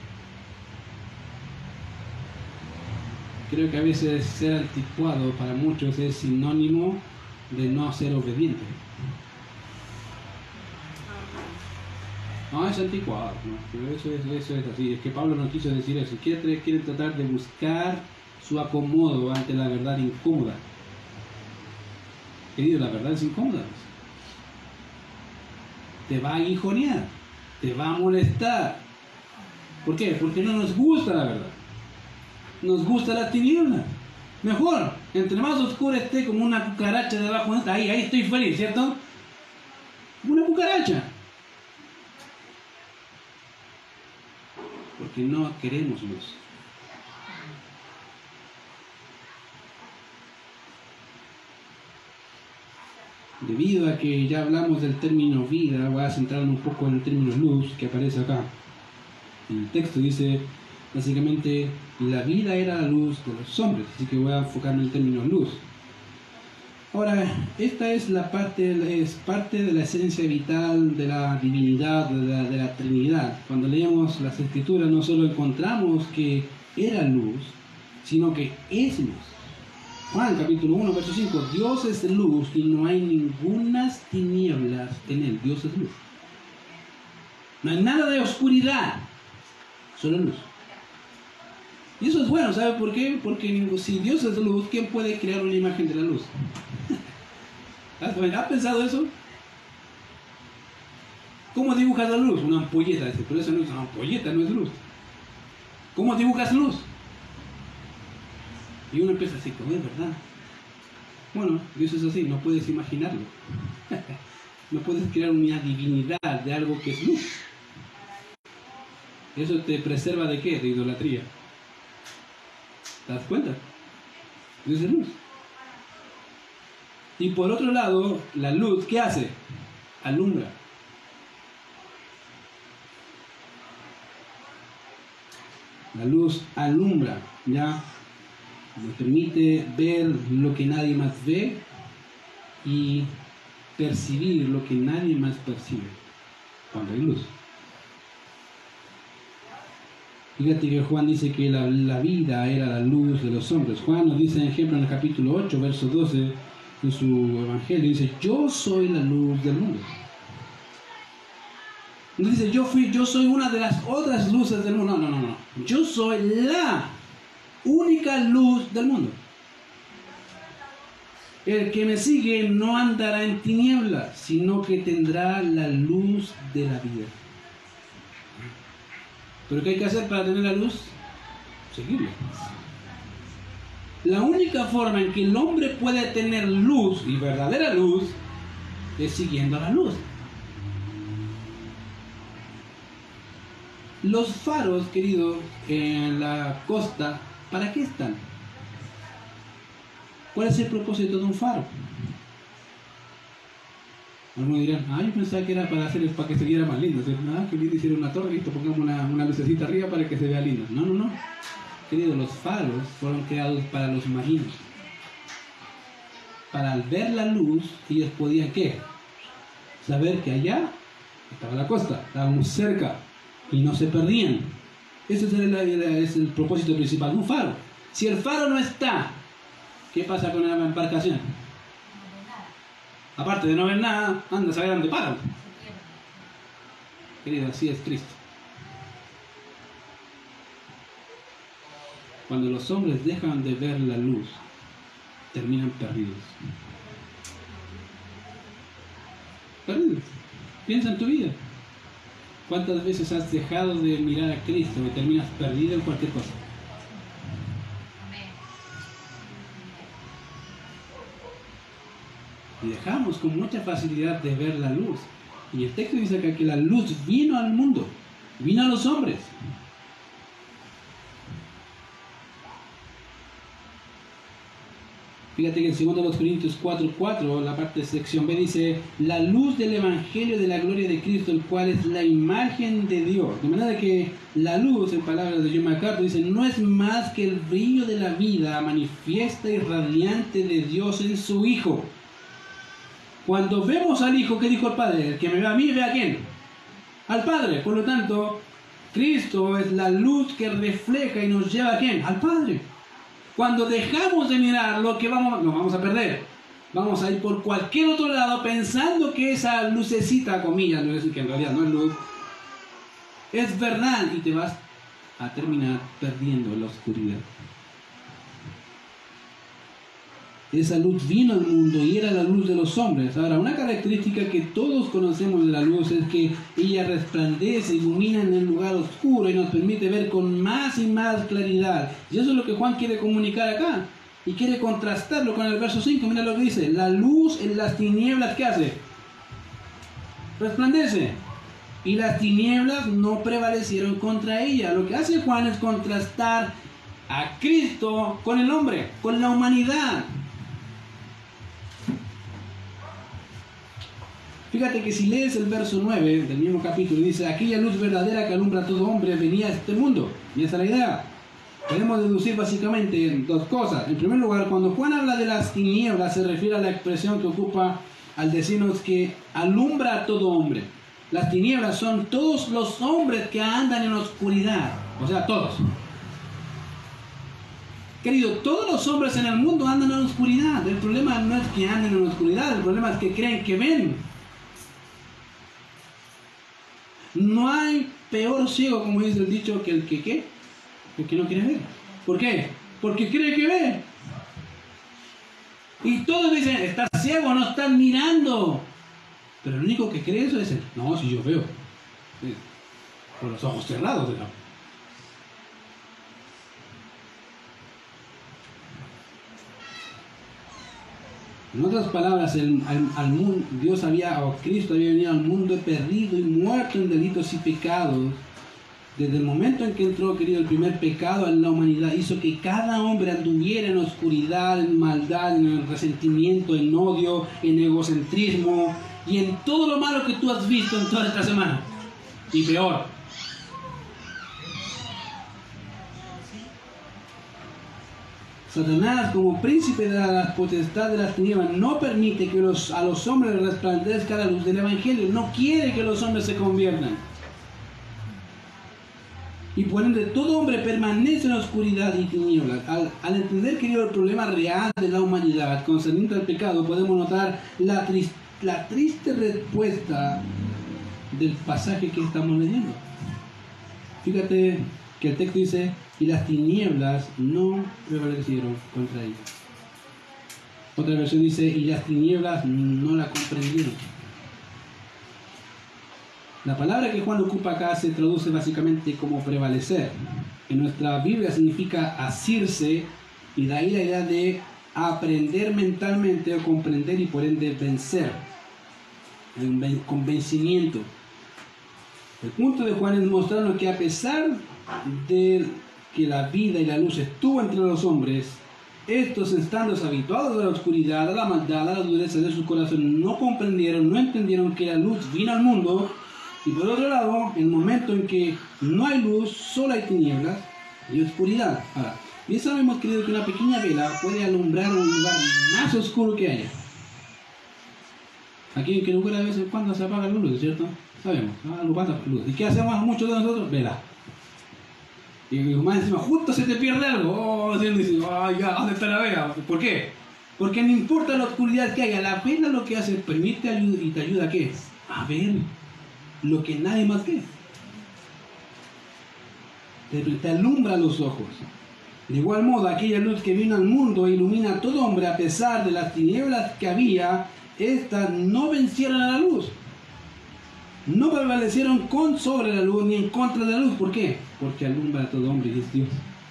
Creo que a veces ser anticuado para muchos es sinónimo de no ser obediente. No, es anticuado, ¿no? Pero eso es, eso es así. Es que Pablo no quiso decir eso. Quiere, quiere tratar de buscar su acomodo ante la verdad incómoda. Querido, la verdad es incómoda. Te va a aguijonear, te va a molestar. ¿Por qué? Porque no nos gusta la verdad. Nos gusta la tiniebla. Mejor, entre más oscura esté, como una cucaracha debajo de esta, ahí, ahí estoy feliz, ¿cierto? Una cucaracha. Porque no queremos luz. Debido a que ya hablamos del término vida, voy a centrarme un poco en el término luz que aparece acá. En el texto dice, básicamente, la vida era la luz de los hombres, así que voy a enfocarme en el término luz. Ahora, esta es la parte, es parte de la esencia vital de la divinidad, de la, de la Trinidad. Cuando leemos las Escrituras no solo encontramos que era luz, sino que es luz. Juan capítulo uno, verso cinco, Dios es luz y no hay ningunas tinieblas en él. Dios es luz. No hay nada de oscuridad, solo luz. Y eso es bueno, ¿sabe por qué? Porque si Dios es luz, ¿quién puede crear una imagen de la luz? ¿Has pensado eso? ¿Cómo dibujas la luz? Una ampolleta, dice, pero eso no es una ampolleta, no es luz. ¿Cómo dibujas luz? Y uno empieza así, como es verdad. Bueno, Dios es así, no puedes imaginarlo. No puedes crear una divinidad de algo que es luz. ¿Eso te preserva de qué? De idolatría. ¿Te das cuenta? Dios es luz. Y por otro lado, la luz, ¿qué hace? Alumbra. La luz alumbra, ¿ya? Nos permite ver lo que nadie más ve y percibir lo que nadie más percibe cuando hay luz. Fíjate que Juan dice que la, la vida era la luz de los hombres. Juan nos dice, en ejemplo, en el capítulo ocho, verso doce, en su evangelio, dice, yo soy la luz del mundo. No dice, yo fui, yo soy una de las otras luces del mundo. No, no, no, no. Yo soy la única luz del mundo. El que me sigue no andará en tinieblas, sino que tendrá la luz de la vida. ¿Pero qué hay que hacer para tener la luz? Seguirle. La única forma en que el hombre puede tener luz y verdadera luz es siguiendo la luz. Los faros, queridos, en la costa, ¿para qué están? ¿Cuál es el propósito de un faro? Algunos dirán, ah, yo pensaba que era para hacer para que se viera más lindo. Ah, que lindo hicieron una torre, listo, pongamos una, una lucecita arriba para que se vea lindo. No, no, no. Queridos, los faros fueron creados para los marinos. Para al ver la luz, ellos podían, ¿qué? Saber que allá estaba la costa, estábamos cerca y no se perdían. Ese es el, es el propósito principal de un faro. Si el faro no está, ¿qué pasa con la embarcación? Aparte de no ver nada, anda a saber dónde paran. Querido, así es Cristo. Cuando los hombres dejan de ver la luz, terminan perdidos. perdido. Piensa en tu vida. ¿Cuántas veces has dejado de mirar a Cristo y terminas perdido en cualquier cosa? Y dejamos con mucha facilidad de ver la luz. Y el texto dice acá que la luz vino al mundo, vino a los hombres. Fíjate que en segundo Corintios cuatro cuatro, la parte de sección B dice: la luz del Evangelio de la gloria de Cristo, el cual es la imagen de Dios. De manera que la luz, en palabras de John MacArthur, dice: no es más que el brillo de la vida manifiesta y radiante de Dios en su Hijo. Cuando vemos al Hijo, ¿qué dijo el Padre? El que me ve a mí, ve a quién? Al Padre. Por lo tanto, Cristo es la luz que refleja y nos lleva a quién? Al Padre. Cuando dejamos de mirar lo que vamos, nos vamos a perder. Vamos a ir por cualquier otro lado pensando que esa lucecita, comillas, no es que en realidad no es luz, es verdad, y te vas a terminar perdiendo en la oscuridad. Esa luz vino al mundo y era la luz de los hombres. Ahora, una característica que todos conocemos de la luz es que ella resplandece, ilumina en el lugar oscuro y nos permite ver con más y más claridad. Y eso es lo que Juan quiere comunicar acá. Y quiere contrastarlo con el verso cinco. Mira lo que dice: la luz en las tinieblas, ¿qué hace? Resplandece. Y las tinieblas no prevalecieron contra ella. Lo que hace Juan es contrastar a Cristo con el hombre, con la humanidad. Fíjate que si lees el verso nueve del mismo capítulo, dice: aquella luz verdadera que alumbra a todo hombre venía a este mundo. Y esa es la idea. Podemos deducir básicamente dos cosas. En primer lugar, cuando Juan habla de las tinieblas, se refiere a la expresión que ocupa al decirnos que alumbra a todo hombre. Las tinieblas son todos los hombres que andan en oscuridad. O sea, todos. Querido, todos los hombres en el mundo andan en la oscuridad. El problema no es que anden en la oscuridad, el problema es que creen que ven. No hay peor ciego, como dice el dicho, que el que ¿qué? El que no quiere ver. ¿Por qué? Porque cree que ve. Y todos dicen: estás ciego, no estás mirando. Pero el único que cree eso es él. No, si yo veo. Con los ojos cerrados, digamos. En otras palabras, el, al, al mundo, Dios había, o Cristo había venido al mundo perdido y muerto en delitos y pecados. Desde el momento en que entró, querido, el primer pecado en la humanidad, hizo que cada hombre anduviera en oscuridad, en maldad, en resentimiento, en odio, en egocentrismo y en todo lo malo que tú has visto en toda esta semana. Y peor. Satanás, como príncipe de la potestad de las tinieblas, no permite que los, a los hombres les resplandezca la luz del Evangelio. No quiere que los hombres se conviertan. Y por ende, todo hombre permanece en la oscuridad y tinieblas. Al, al entender, querido, el problema real de la humanidad concerniente al pecado, podemos notar la, tris, la triste respuesta del pasaje que estamos leyendo. Fíjate que el texto dice: y las tinieblas no prevalecieron contra ella. Otra versión dice: y las tinieblas no la comprendieron. La palabra que Juan ocupa acá se traduce básicamente como prevalecer. En nuestra Biblia significa asirse, y de ahí la idea de aprender mentalmente o comprender y por ende vencer. El convencimiento. El punto de Juan es mostrarnos que a pesar de que la vida y la luz estuvo entre los hombres, estos, estando habituados a la oscuridad, a la maldad, a la dureza de sus corazones, no comprendieron, no entendieron que la luz vino al mundo. Y por otro lado, en el momento en que no hay luz, solo hay tinieblas y oscuridad. Ahora, bien sabemos, querido, que una pequeña vela puede alumbrar un lugar más oscuro que haya. Aquí en que lugar de vez en cuando se apaga la luz, ¿cierto? Sabemos, ah, luz, luz. ¿Y qué hacemos muchos de nosotros? Vela. Y más encima, justo se te pierde algo. Oh, Dios dice: ay, ya, ¿dónde está la vela? ¿Por qué? Porque no importa la oscuridad que haya, la vela lo que hace, permite y te ayuda a qué? A ver lo que nadie más ve. Te, te alumbra los ojos. De igual modo, aquella luz que vino al mundo e ilumina a todo hombre, a pesar de las tinieblas que había, estas no vencieron a la luz. No prevalecieron con sobre la luz ni en contra de la luz. ¿Por qué? Porque alumbra a todo hombre y es Dios.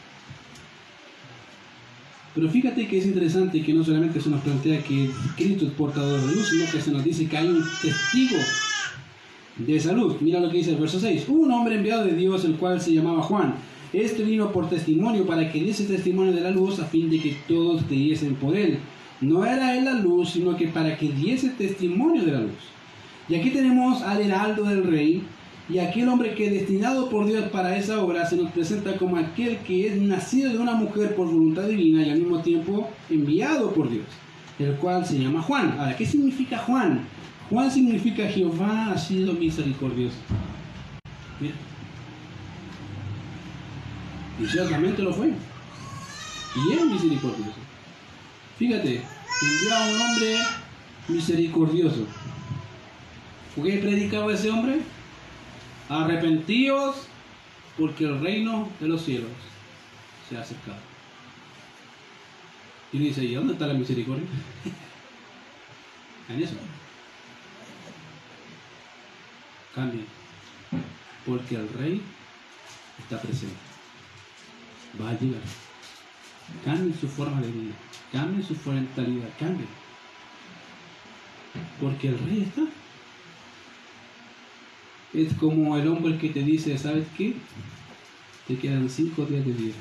Pero fíjate que es interesante que no solamente se nos plantea que Cristo es portador de luz, sino que se nos dice que hay un testigo de esa luz. Mira lo que dice el verso seis. Hubo un hombre enviado de Dios, el cual se llamaba Juan. Este vino por testimonio para que diese testimonio de la luz, a fin de que todos creyesen por él. No era él la luz, sino que para que diese testimonio de la luz. Y aquí tenemos al heraldo del rey, y aquel hombre que destinado por Dios para esa obra se nos presenta como aquel que es nacido de una mujer por voluntad divina y al mismo tiempo enviado por Dios, el cual se llama Juan. Ahora, ¿qué significa Juan? Juan significa Jehová ha sido misericordioso. Mira. Y ciertamente lo fue. Y es misericordioso. Fíjate, envió a un hombre misericordioso. ¿Qué predicaba ese hombre? Arrepentíos, porque el reino de los cielos se ha acercado. Y dice, ¿y dónde está la misericordia? En eso. Cambien, porque el rey está presente. Va a llegar. Cambien su forma de vida, cambien su mentalidad, cambien. Porque el rey está. Es como el hombre que te dice, ¿sabes qué? Te quedan cinco días de vida.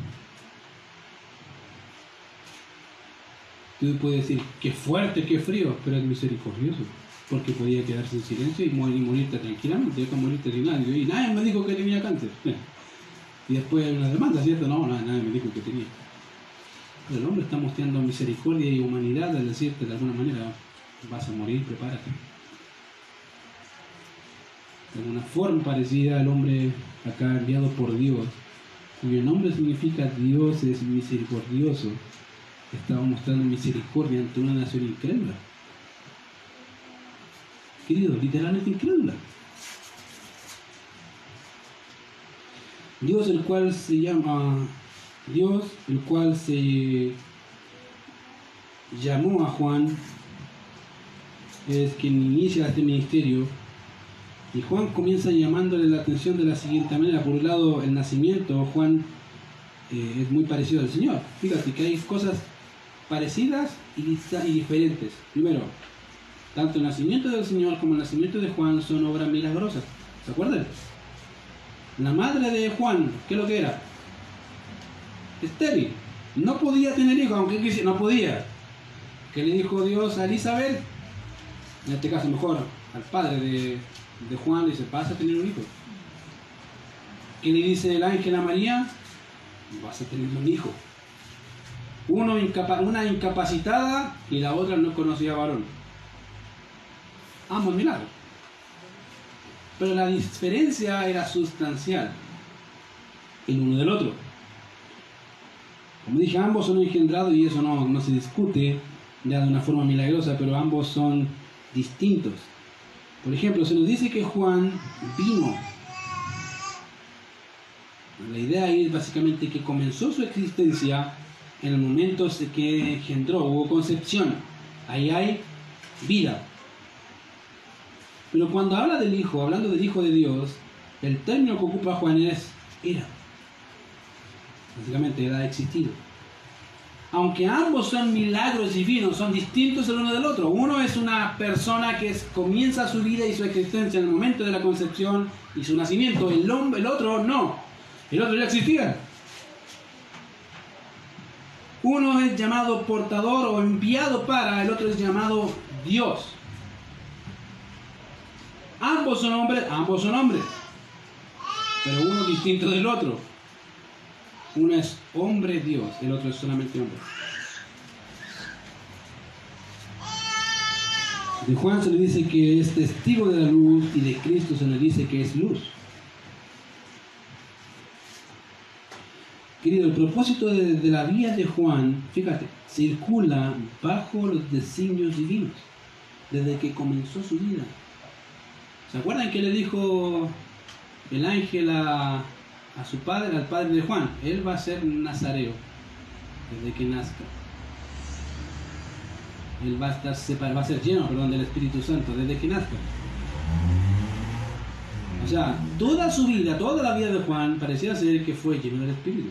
Tú puedes decir, qué fuerte, qué frío, pero es misericordioso. Porque podía quedarse en silencio y morir, morirte tranquilamente, deja morirte sin nadie. Y nadie me dijo que tenía cáncer. Y después hay una demanda, ¿cierto? No, nadie me dijo que tenía. Pero el hombre está mostrando misericordia y humanidad al decirte de alguna manera, vas a morir, prepárate. De alguna forma parecida al hombre acá enviado por Dios, cuyo nombre significa Dios es misericordioso, estaba mostrando misericordia ante una nación incrédula. Querido, literalmente incrédula. Dios el cual se llama, Dios el cual se llamó a Juan, es quien inicia este ministerio. Y Juan comienza llamándole la atención de la siguiente manera. Por un lado, el nacimiento, Juan eh, es muy parecido al Señor. Fíjate que hay cosas parecidas y, y diferentes. Primero, tanto el nacimiento del Señor como el nacimiento de Juan son obras milagrosas. ¿Se acuerdan? La madre de Juan, ¿qué es lo que era? Estéril. No podía tener hijos, aunque quisiera, no podía. ¿Qué le dijo Dios a Elizabeth? En este caso, mejor, al padre de... de Juan, le dice, vas a tener un hijo. ¿Qué le dice el ángel a María? Vas a tener un hijo. Uno incapa una incapacitada y la otra no conocía varón. Ambos milagros. Pero la diferencia era sustancial el uno del otro. Como dije, ambos son engendrados y eso no, no se discute ya de una forma milagrosa, pero ambos son distintos. Por ejemplo, se nos dice que Juan vino. La idea ahí es básicamente que comenzó su existencia en el momento que engendró, hubo concepción. Ahí hay vida. Pero cuando habla del Hijo, hablando del Hijo de Dios, el término que ocupa Juan es era. Básicamente era existido. Aunque ambos son milagros divinos, son distintos el uno del otro. Uno es una persona que es, comienza su vida y su existencia en el momento de la concepción y su nacimiento. El, hombre, el otro no. El otro ya existía. Uno es llamado portador o enviado para, el otro es llamado Dios. Ambos son hombres, ambos son hombres. Pero uno distinto del otro. Uno es hombre Dios, el otro es solamente hombre. De Juan se le dice que es testigo de la luz y de Cristo se le dice que es luz. Querido, el propósito de, de la vida de Juan, fíjate, circula bajo los designios divinos desde que comenzó su vida. ¿Se acuerdan que le dijo el ángel a... a su padre, al padre de Juan? Él va a ser nazareo desde que nazca. Él va a estar separado, va a ser lleno, perdón, del Espíritu Santo desde que nazca. O sea, toda su vida, toda la vida de Juan parecía ser que fue lleno del Espíritu.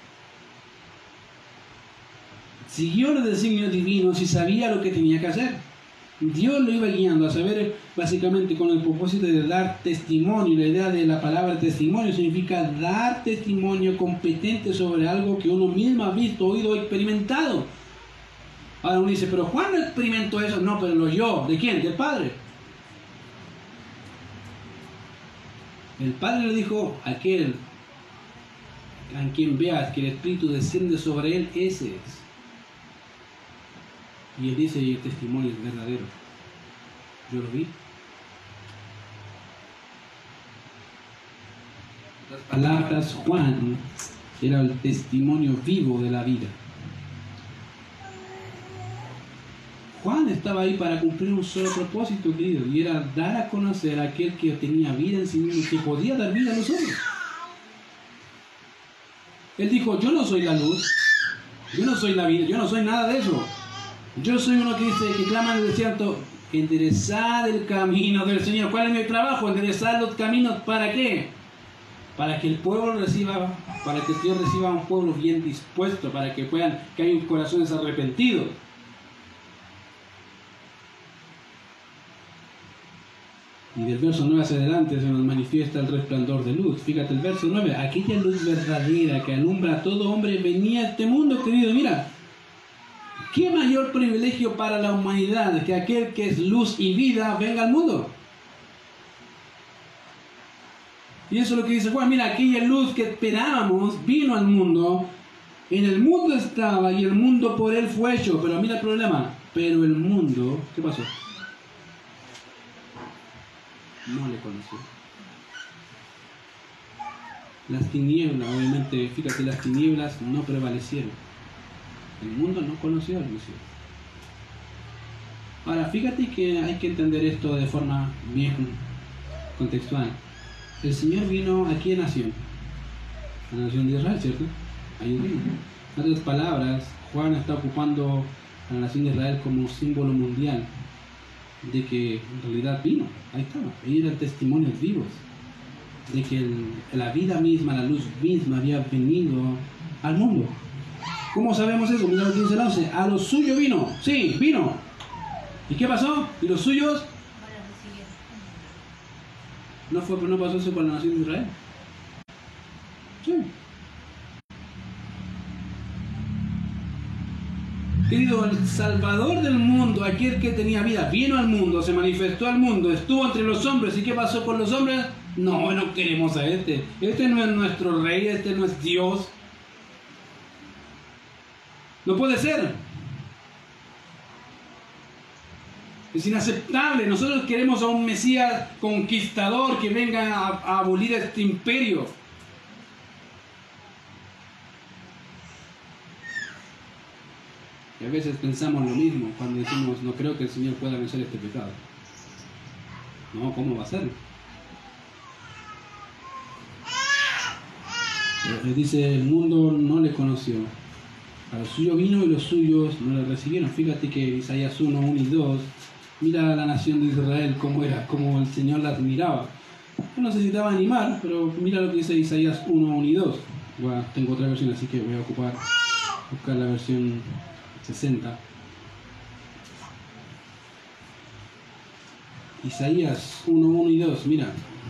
Siguió los designios divinos y sabía lo que tenía que hacer. Dios lo iba guiando a saber, básicamente con el propósito de dar testimonio. La idea de la palabra testimonio significa dar testimonio competente sobre algo que uno mismo ha visto, oído, experimentado. Ahora uno dice, pero Juan no experimentó eso. No, pero lo oyó. ¿De quién? Del Padre. El Padre le dijo, aquel a quien veas que el Espíritu desciende sobre él, ese es. Y él dice, y el testimonio es verdadero. Yo lo vi. Las palabras Juan era el testimonio vivo de la vida. Juan estaba ahí para cumplir un solo propósito, querido, y era dar a conocer a aquel que tenía vida en sí mismo, que podía dar vida a los hombres. Él dijo, yo no soy la luz, yo no soy la vida, yo no soy nada de eso. Yo soy uno que dice, que clama en el desierto, enderezad el camino del Señor. ¿Cuál es mi trabajo? Enderezar los caminos, ¿para qué? Para que el pueblo reciba, para que Dios reciba a un pueblo bien dispuesto, para que puedan, que haya corazones arrepentidos. Y del verso nueve hacia adelante se nos manifiesta el resplandor de luz. Fíjate el verso nueve, aquella luz verdadera que alumbra a todo hombre venía a este mundo, querido. Mira, ¿qué mayor privilegio para la humanidad que aquel que es luz y vida venga al mundo? Y eso es lo que dice Juan. Mira, aquella luz que esperábamos vino al mundo. En el mundo estaba y el mundo por él fue hecho. Pero mira el problema. Pero el mundo, ¿qué pasó? No le conoció. Las tinieblas, obviamente, fíjate, las tinieblas no prevalecieron. El mundo no conoció al Mesías. Ahora, fíjate que hay que entender esto de forma bien contextual. El Señor vino a qué nación? A la nación de Israel, ¿cierto? Ahí vino. En otras palabras, Juan está ocupando a la nación de Israel como símbolo mundial de que en realidad vino. Ahí estaba. Ahí eran testimonios vivos de que el, la vida misma, la luz misma había venido al mundo. ¿Cómo sabemos eso? Mira lo que dice el once. A los suyos vino. Sí, vino. ¿Y qué pasó? ¿Y los suyos? ¿No, fue, no pasó eso con la nación de Israel? Sí. Querido, el Salvador del mundo, aquel que tenía vida, vino al mundo, se manifestó al mundo, estuvo entre los hombres. ¿Y qué pasó con los hombres? No, no queremos a este. Este no es nuestro rey, este no es Dios. No puede ser. Es inaceptable. Nosotros queremos a un Mesías conquistador que venga a, a abolir este imperio. Y a veces pensamos lo mismo cuando decimos, no creo que el Señor pueda vencer este pecado. No, ¿cómo va a ser? Le dice, el mundo no le conoció. A los suyos vino y los suyos no le recibieron. Fíjate que Isaías uno, uno y dos, mira a la nación de Israel cómo era, cómo el Señor la admiraba. No necesitaba animar, pero mira lo que dice Isaías uno, uno y dos. Bueno, tengo otra versión, así que voy a ocupar, buscar la versión sesenta. Isaías uno, uno y dos, mira.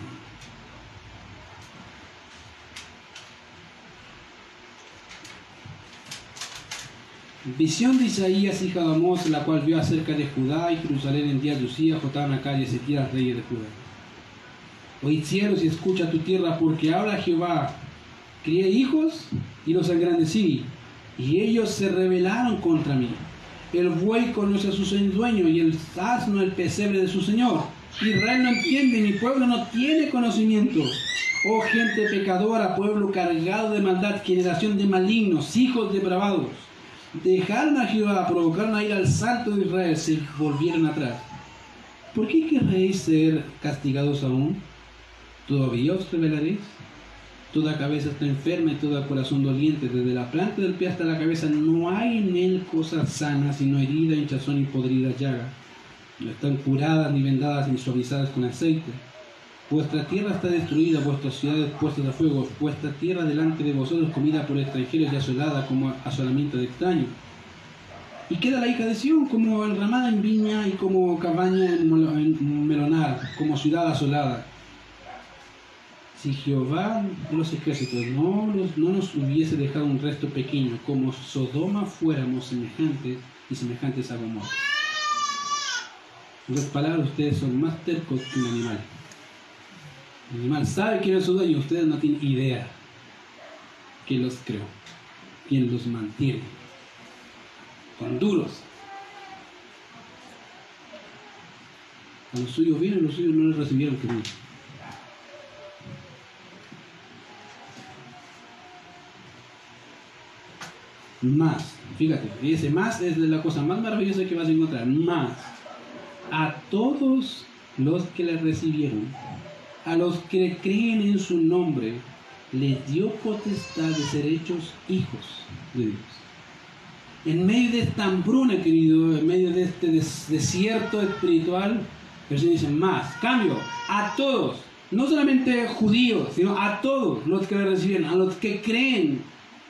Visión de Isaías, hija de Amós, la cual vio acerca de Judá y Jerusalén en días de Usías, Jotam, Acaz y Ezequías, reyes de Judá. Oíd cielos y escucha tu tierra, porque habla Jehová: crié hijos y los engrandecí, y ellos se rebelaron contra mí. El buey conoce a su dueño, y el asno el pesebre de su señor. Israel no entiende, mi pueblo no tiene conocimiento. Oh gente pecadora, pueblo cargado de maldad, generación de malignos, hijos depravados. Dejaron a Jehová, provocaron a ir al Santo de Israel, se volvieron atrás. ¿Por qué querréis ser castigados aún? ¿Todavía os rebelaréis? Toda cabeza está enferma y todo corazón doliente, desde la planta del pie hasta la cabeza, no hay en él cosas sanas, sino herida, hinchazón y podrida llaga. No están curadas, ni vendadas, ni suavizadas con aceite. Vuestra tierra está destruida, vuestras ciudades puestas a fuego, vuestra tierra delante de vosotros comida por extranjeros y asolada como asolamiento de extraños. Y queda la hija de Sión como enramada en viña y como cabaña en melonar, como ciudad asolada. Si Jehová de los ejércitos no, los, no nos hubiese dejado un resto pequeño, como Sodoma fuéramos semejantes y semejantes a Gomorra. En otras palabras, ustedes son más tercos que un animal. El animal sabe quién es su dueño, ustedes no tienen idea quién los creó, quién los mantiene. Son duros. A los suyos vienen, los suyos no les recibieron, querido. Más, fíjate, y ese más es la cosa más maravillosa que vas a encontrar. Más, a todos los que le recibieron, a los que creen en su nombre, les dio potestad de ser hechos hijos de Dios. En medio de esta hambruna, querido, en medio de este des desierto espiritual, el Señor dice más, cambio, a todos, no solamente judíos, sino a todos los que le recibieron, a los que creen.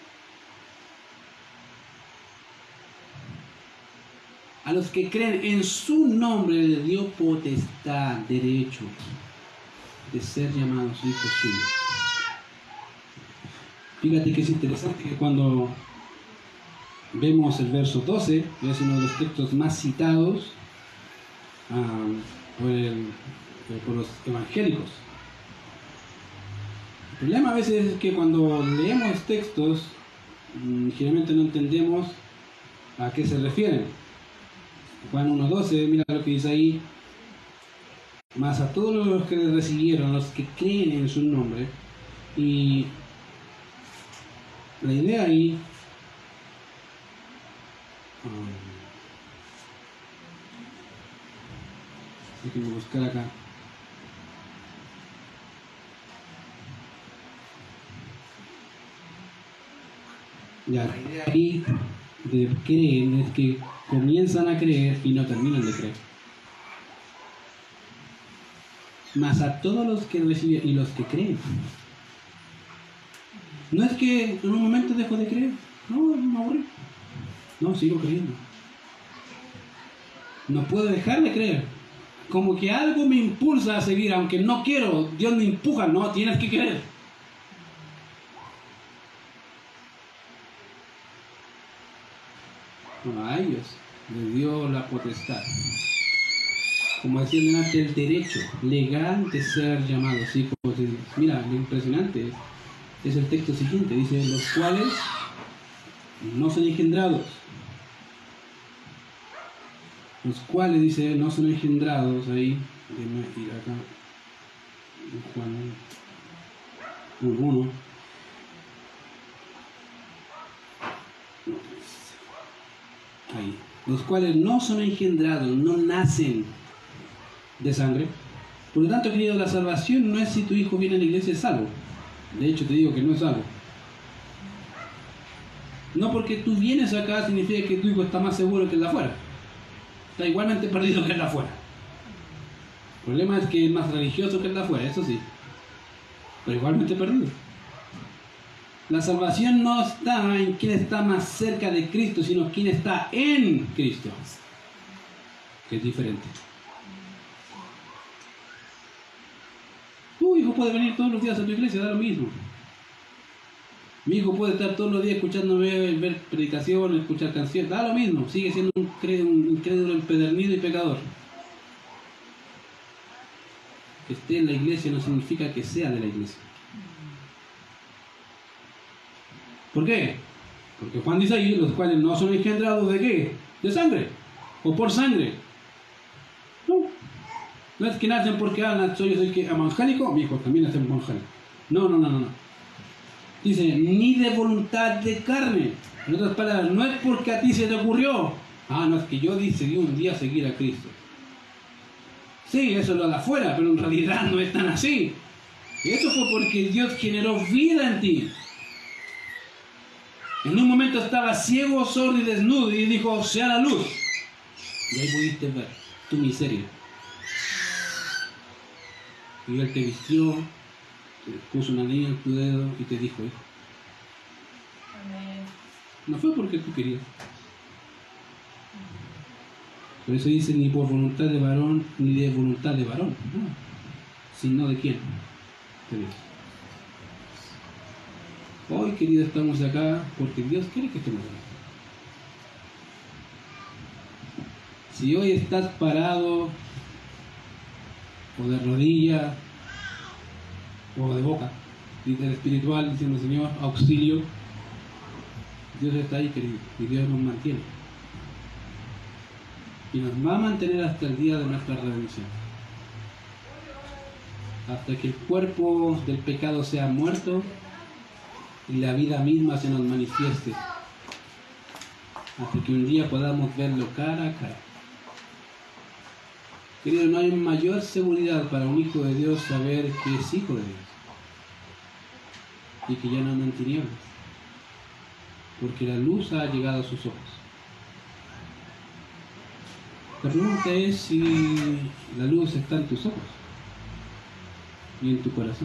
A los que creen en su nombre les dio potestad, derecho de ser llamados hijos suyos. Fíjate que es interesante que cuando vemos el verso doce, es uno de los textos más citados um, por, el, por los evangélicos. El problema a veces es que cuando leemos textos, generalmente no entendemos a qué se refieren. Juan uno doce, mira lo que dice ahí. Más a todos los que le recibieron, los que creen en su nombre. Y la idea ahí, um, déjenme buscar acá. Ya, la idea ahí de creer es que comienzan a creer y no terminan de creer. Más a todos los que reciben y los que creen. No es que en un momento dejo de creer. No, me aburrí. No, sigo creyendo. No puedo dejar de creer. Como que algo me impulsa a seguir, aunque no quiero. Dios me empuja. No, tienes que creer. Bueno, a ellos les dio la potestad, como decía delante, el derecho legal de ser llamados hijos de Dios. Mira, lo impresionante es, es el texto siguiente, dice, los cuales no son engendrados, los cuales, dice, no son engendrados, ahí, déjame ir acá, Juan uno, ahí, los cuales no son engendrados, no nacen de sangre. Por lo tanto, querido, la salvación no es si tu hijo viene a la iglesia es salvo. De hecho, te digo que no es salvo. No porque tú vienes acá significa que tu hijo está más seguro que el de afuera. Está igualmente perdido que el de afuera. El problema es que es más religioso que el de afuera, eso sí. Pero igualmente perdido. La salvación no está en quien está más cerca de Cristo, sino quien está en Cristo, que es diferente. Tu hijo puede venir todos los días a tu iglesia, da lo mismo. Mi hijo puede estar todos los días escuchándome, ver predicaciones, escuchar canciones, da lo mismo. Sigue siendo un incrédulo, empedernido y pecador. Que esté en la iglesia no significa que sea de la iglesia. ¿Por qué? Porque Juan dice ahí, los cuales no son engendrados de qué? De sangre, o por sangre. No, no es que nacen porque ah, soy, soy que evangélico, mi hijo también nace evangélico. No, no, no, no, no. Dice, ni de voluntad de carne. En otras palabras, no es porque a ti se te ocurrió. Ah, no, es que yo decidí un día seguir a Cristo. Sí, eso lo da afuera, pero en realidad no es tan así. Eso fue porque Dios generó vida en ti. En un momento estaba ciego, sordo y desnudo y dijo, sea la luz. Y ahí pudiste ver tu miseria. Y Él te vistió, te puso una anillo en tu dedo y te dijo, hijo. Amén. No fue porque tú querías. Por eso dice, ni por voluntad de varón, ni de voluntad de varón, no, sino de quién. De Dios. Hoy, querido, estamos acá porque Dios quiere que estemos acá. Si hoy estás parado, o de rodilla, o de boca, líder espiritual, diciendo, Señor, auxilio, Dios está ahí, querido, y Dios nos mantiene. Y nos va a mantener hasta el día de nuestra redención. Hasta que el cuerpo del pecado sea muerto y la vida misma se nos manifieste. Hasta que un día podamos verlo cara a cara. Querido, no hay mayor seguridad para un hijo de Dios saber que es hijo de Dios. Y que ya no anda en tinieblas. Porque la luz ha llegado a sus ojos. La pregunta es si la luz está en tus ojos y en tu corazón.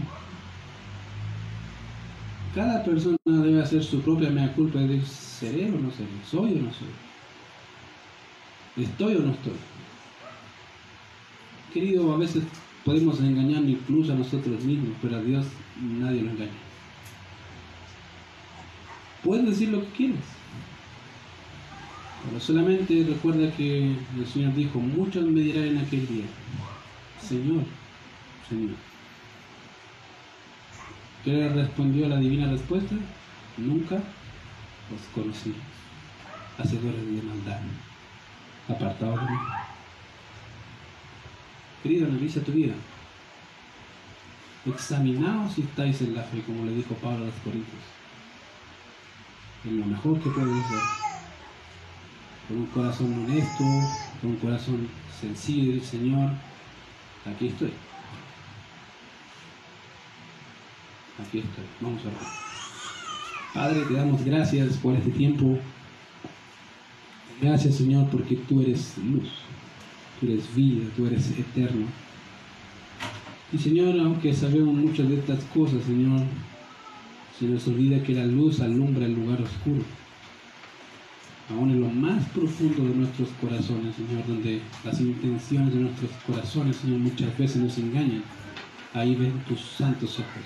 Cada persona debe hacer su propia mea culpa de decir, ¿seré o no seré? ¿Soy o no soy? ¿Estoy o no estoy? Querido, a veces podemos engañarnos incluso a nosotros mismos, pero a Dios nadie lo engaña. Puedes decir lo que quieres, pero solamente recuerda que el Señor dijo, muchos me dirán en aquel día, Señor, Señor. ¿Qué le respondió la divina respuesta? Nunca os conocí, hacedores de maldad, apartados de mí. Querido, analiza tu vida. Examinaos si estáis en la fe, como le dijo Pablo a los Corintios. En lo mejor que puedes hacer. Con un corazón honesto, con un corazón sencillo, del Señor, aquí estoy. Aquí estoy. Vamos a orar. Padre, te damos gracias por este tiempo. Gracias, Señor, porque tú eres luz. Tú eres vida, tú eres eterno. Y Señor, aunque sabemos muchas de estas cosas, Señor, se nos olvida que la luz alumbra el lugar oscuro. Aún en lo más profundo de nuestros corazones, Señor, donde las intenciones de nuestros corazones, Señor, muchas veces nos engañan. Ahí ven tus santos ojos.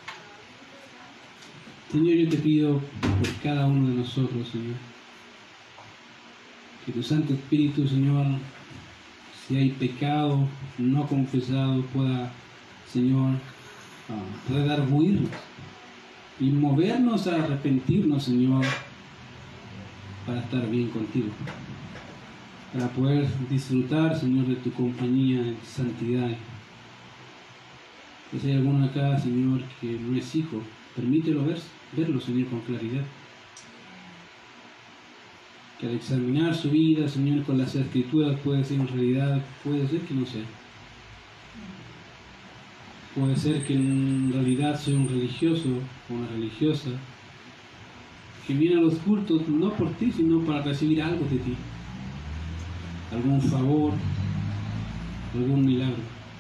Señor, yo te pido por cada uno de nosotros, Señor, que tu Santo Espíritu, Señor, si hay pecado no confesado, pueda, Señor, uh, pueda dar huirnos y movernos a arrepentirnos, Señor, para estar bien contigo, para poder disfrutar, Señor, de tu compañía en santidad. Si hay alguno acá, Señor, que no es hijo, permítelo ver, verlo, Señor, con claridad. Que al examinar su vida, Señor, con las Escrituras, puede ser en realidad, puede ser que no sea. Puede ser que en realidad sea un religioso o una religiosa que viene a los cultos no por ti, sino para recibir algo de ti. Algún favor, algún milagro,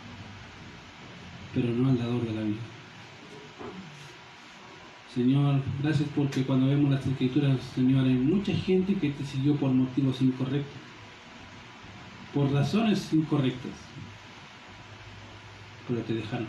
pero no al dador de la vida. Señor, gracias porque cuando vemos las Escrituras, Señor, hay mucha gente que te siguió por motivos incorrectos, por razones incorrectas, pero te dejaron.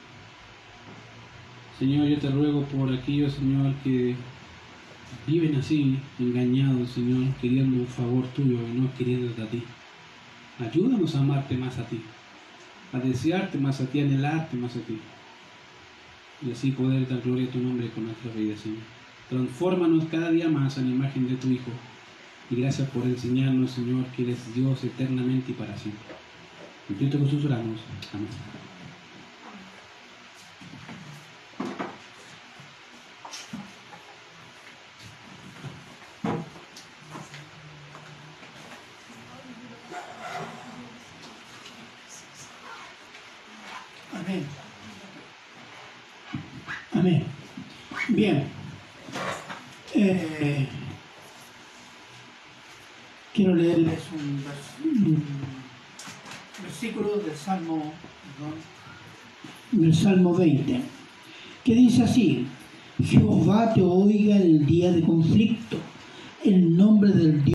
Señor, yo te ruego por aquellos, Señor, que viven así, engañados, Señor, queriendo un favor tuyo y no queriéndote a ti. Ayúdanos a amarte más a ti, a desearte más a ti, a anhelarte más a ti. Y así poder dar gloria a tu nombre con nuestra vida, Señor. Transfórmanos cada día más a la imagen de tu Hijo. Y gracias por enseñarnos, Señor, que eres Dios eternamente y para siempre. En Cristo Jesús oramos. Amén. Amén. Amén. Bien. Eh, quiero leerles un, vers un versículo del Salmo, perdón, del Salmo veinte, que dice así: Jehová te oiga en el día de conflicto, el nombre del Dios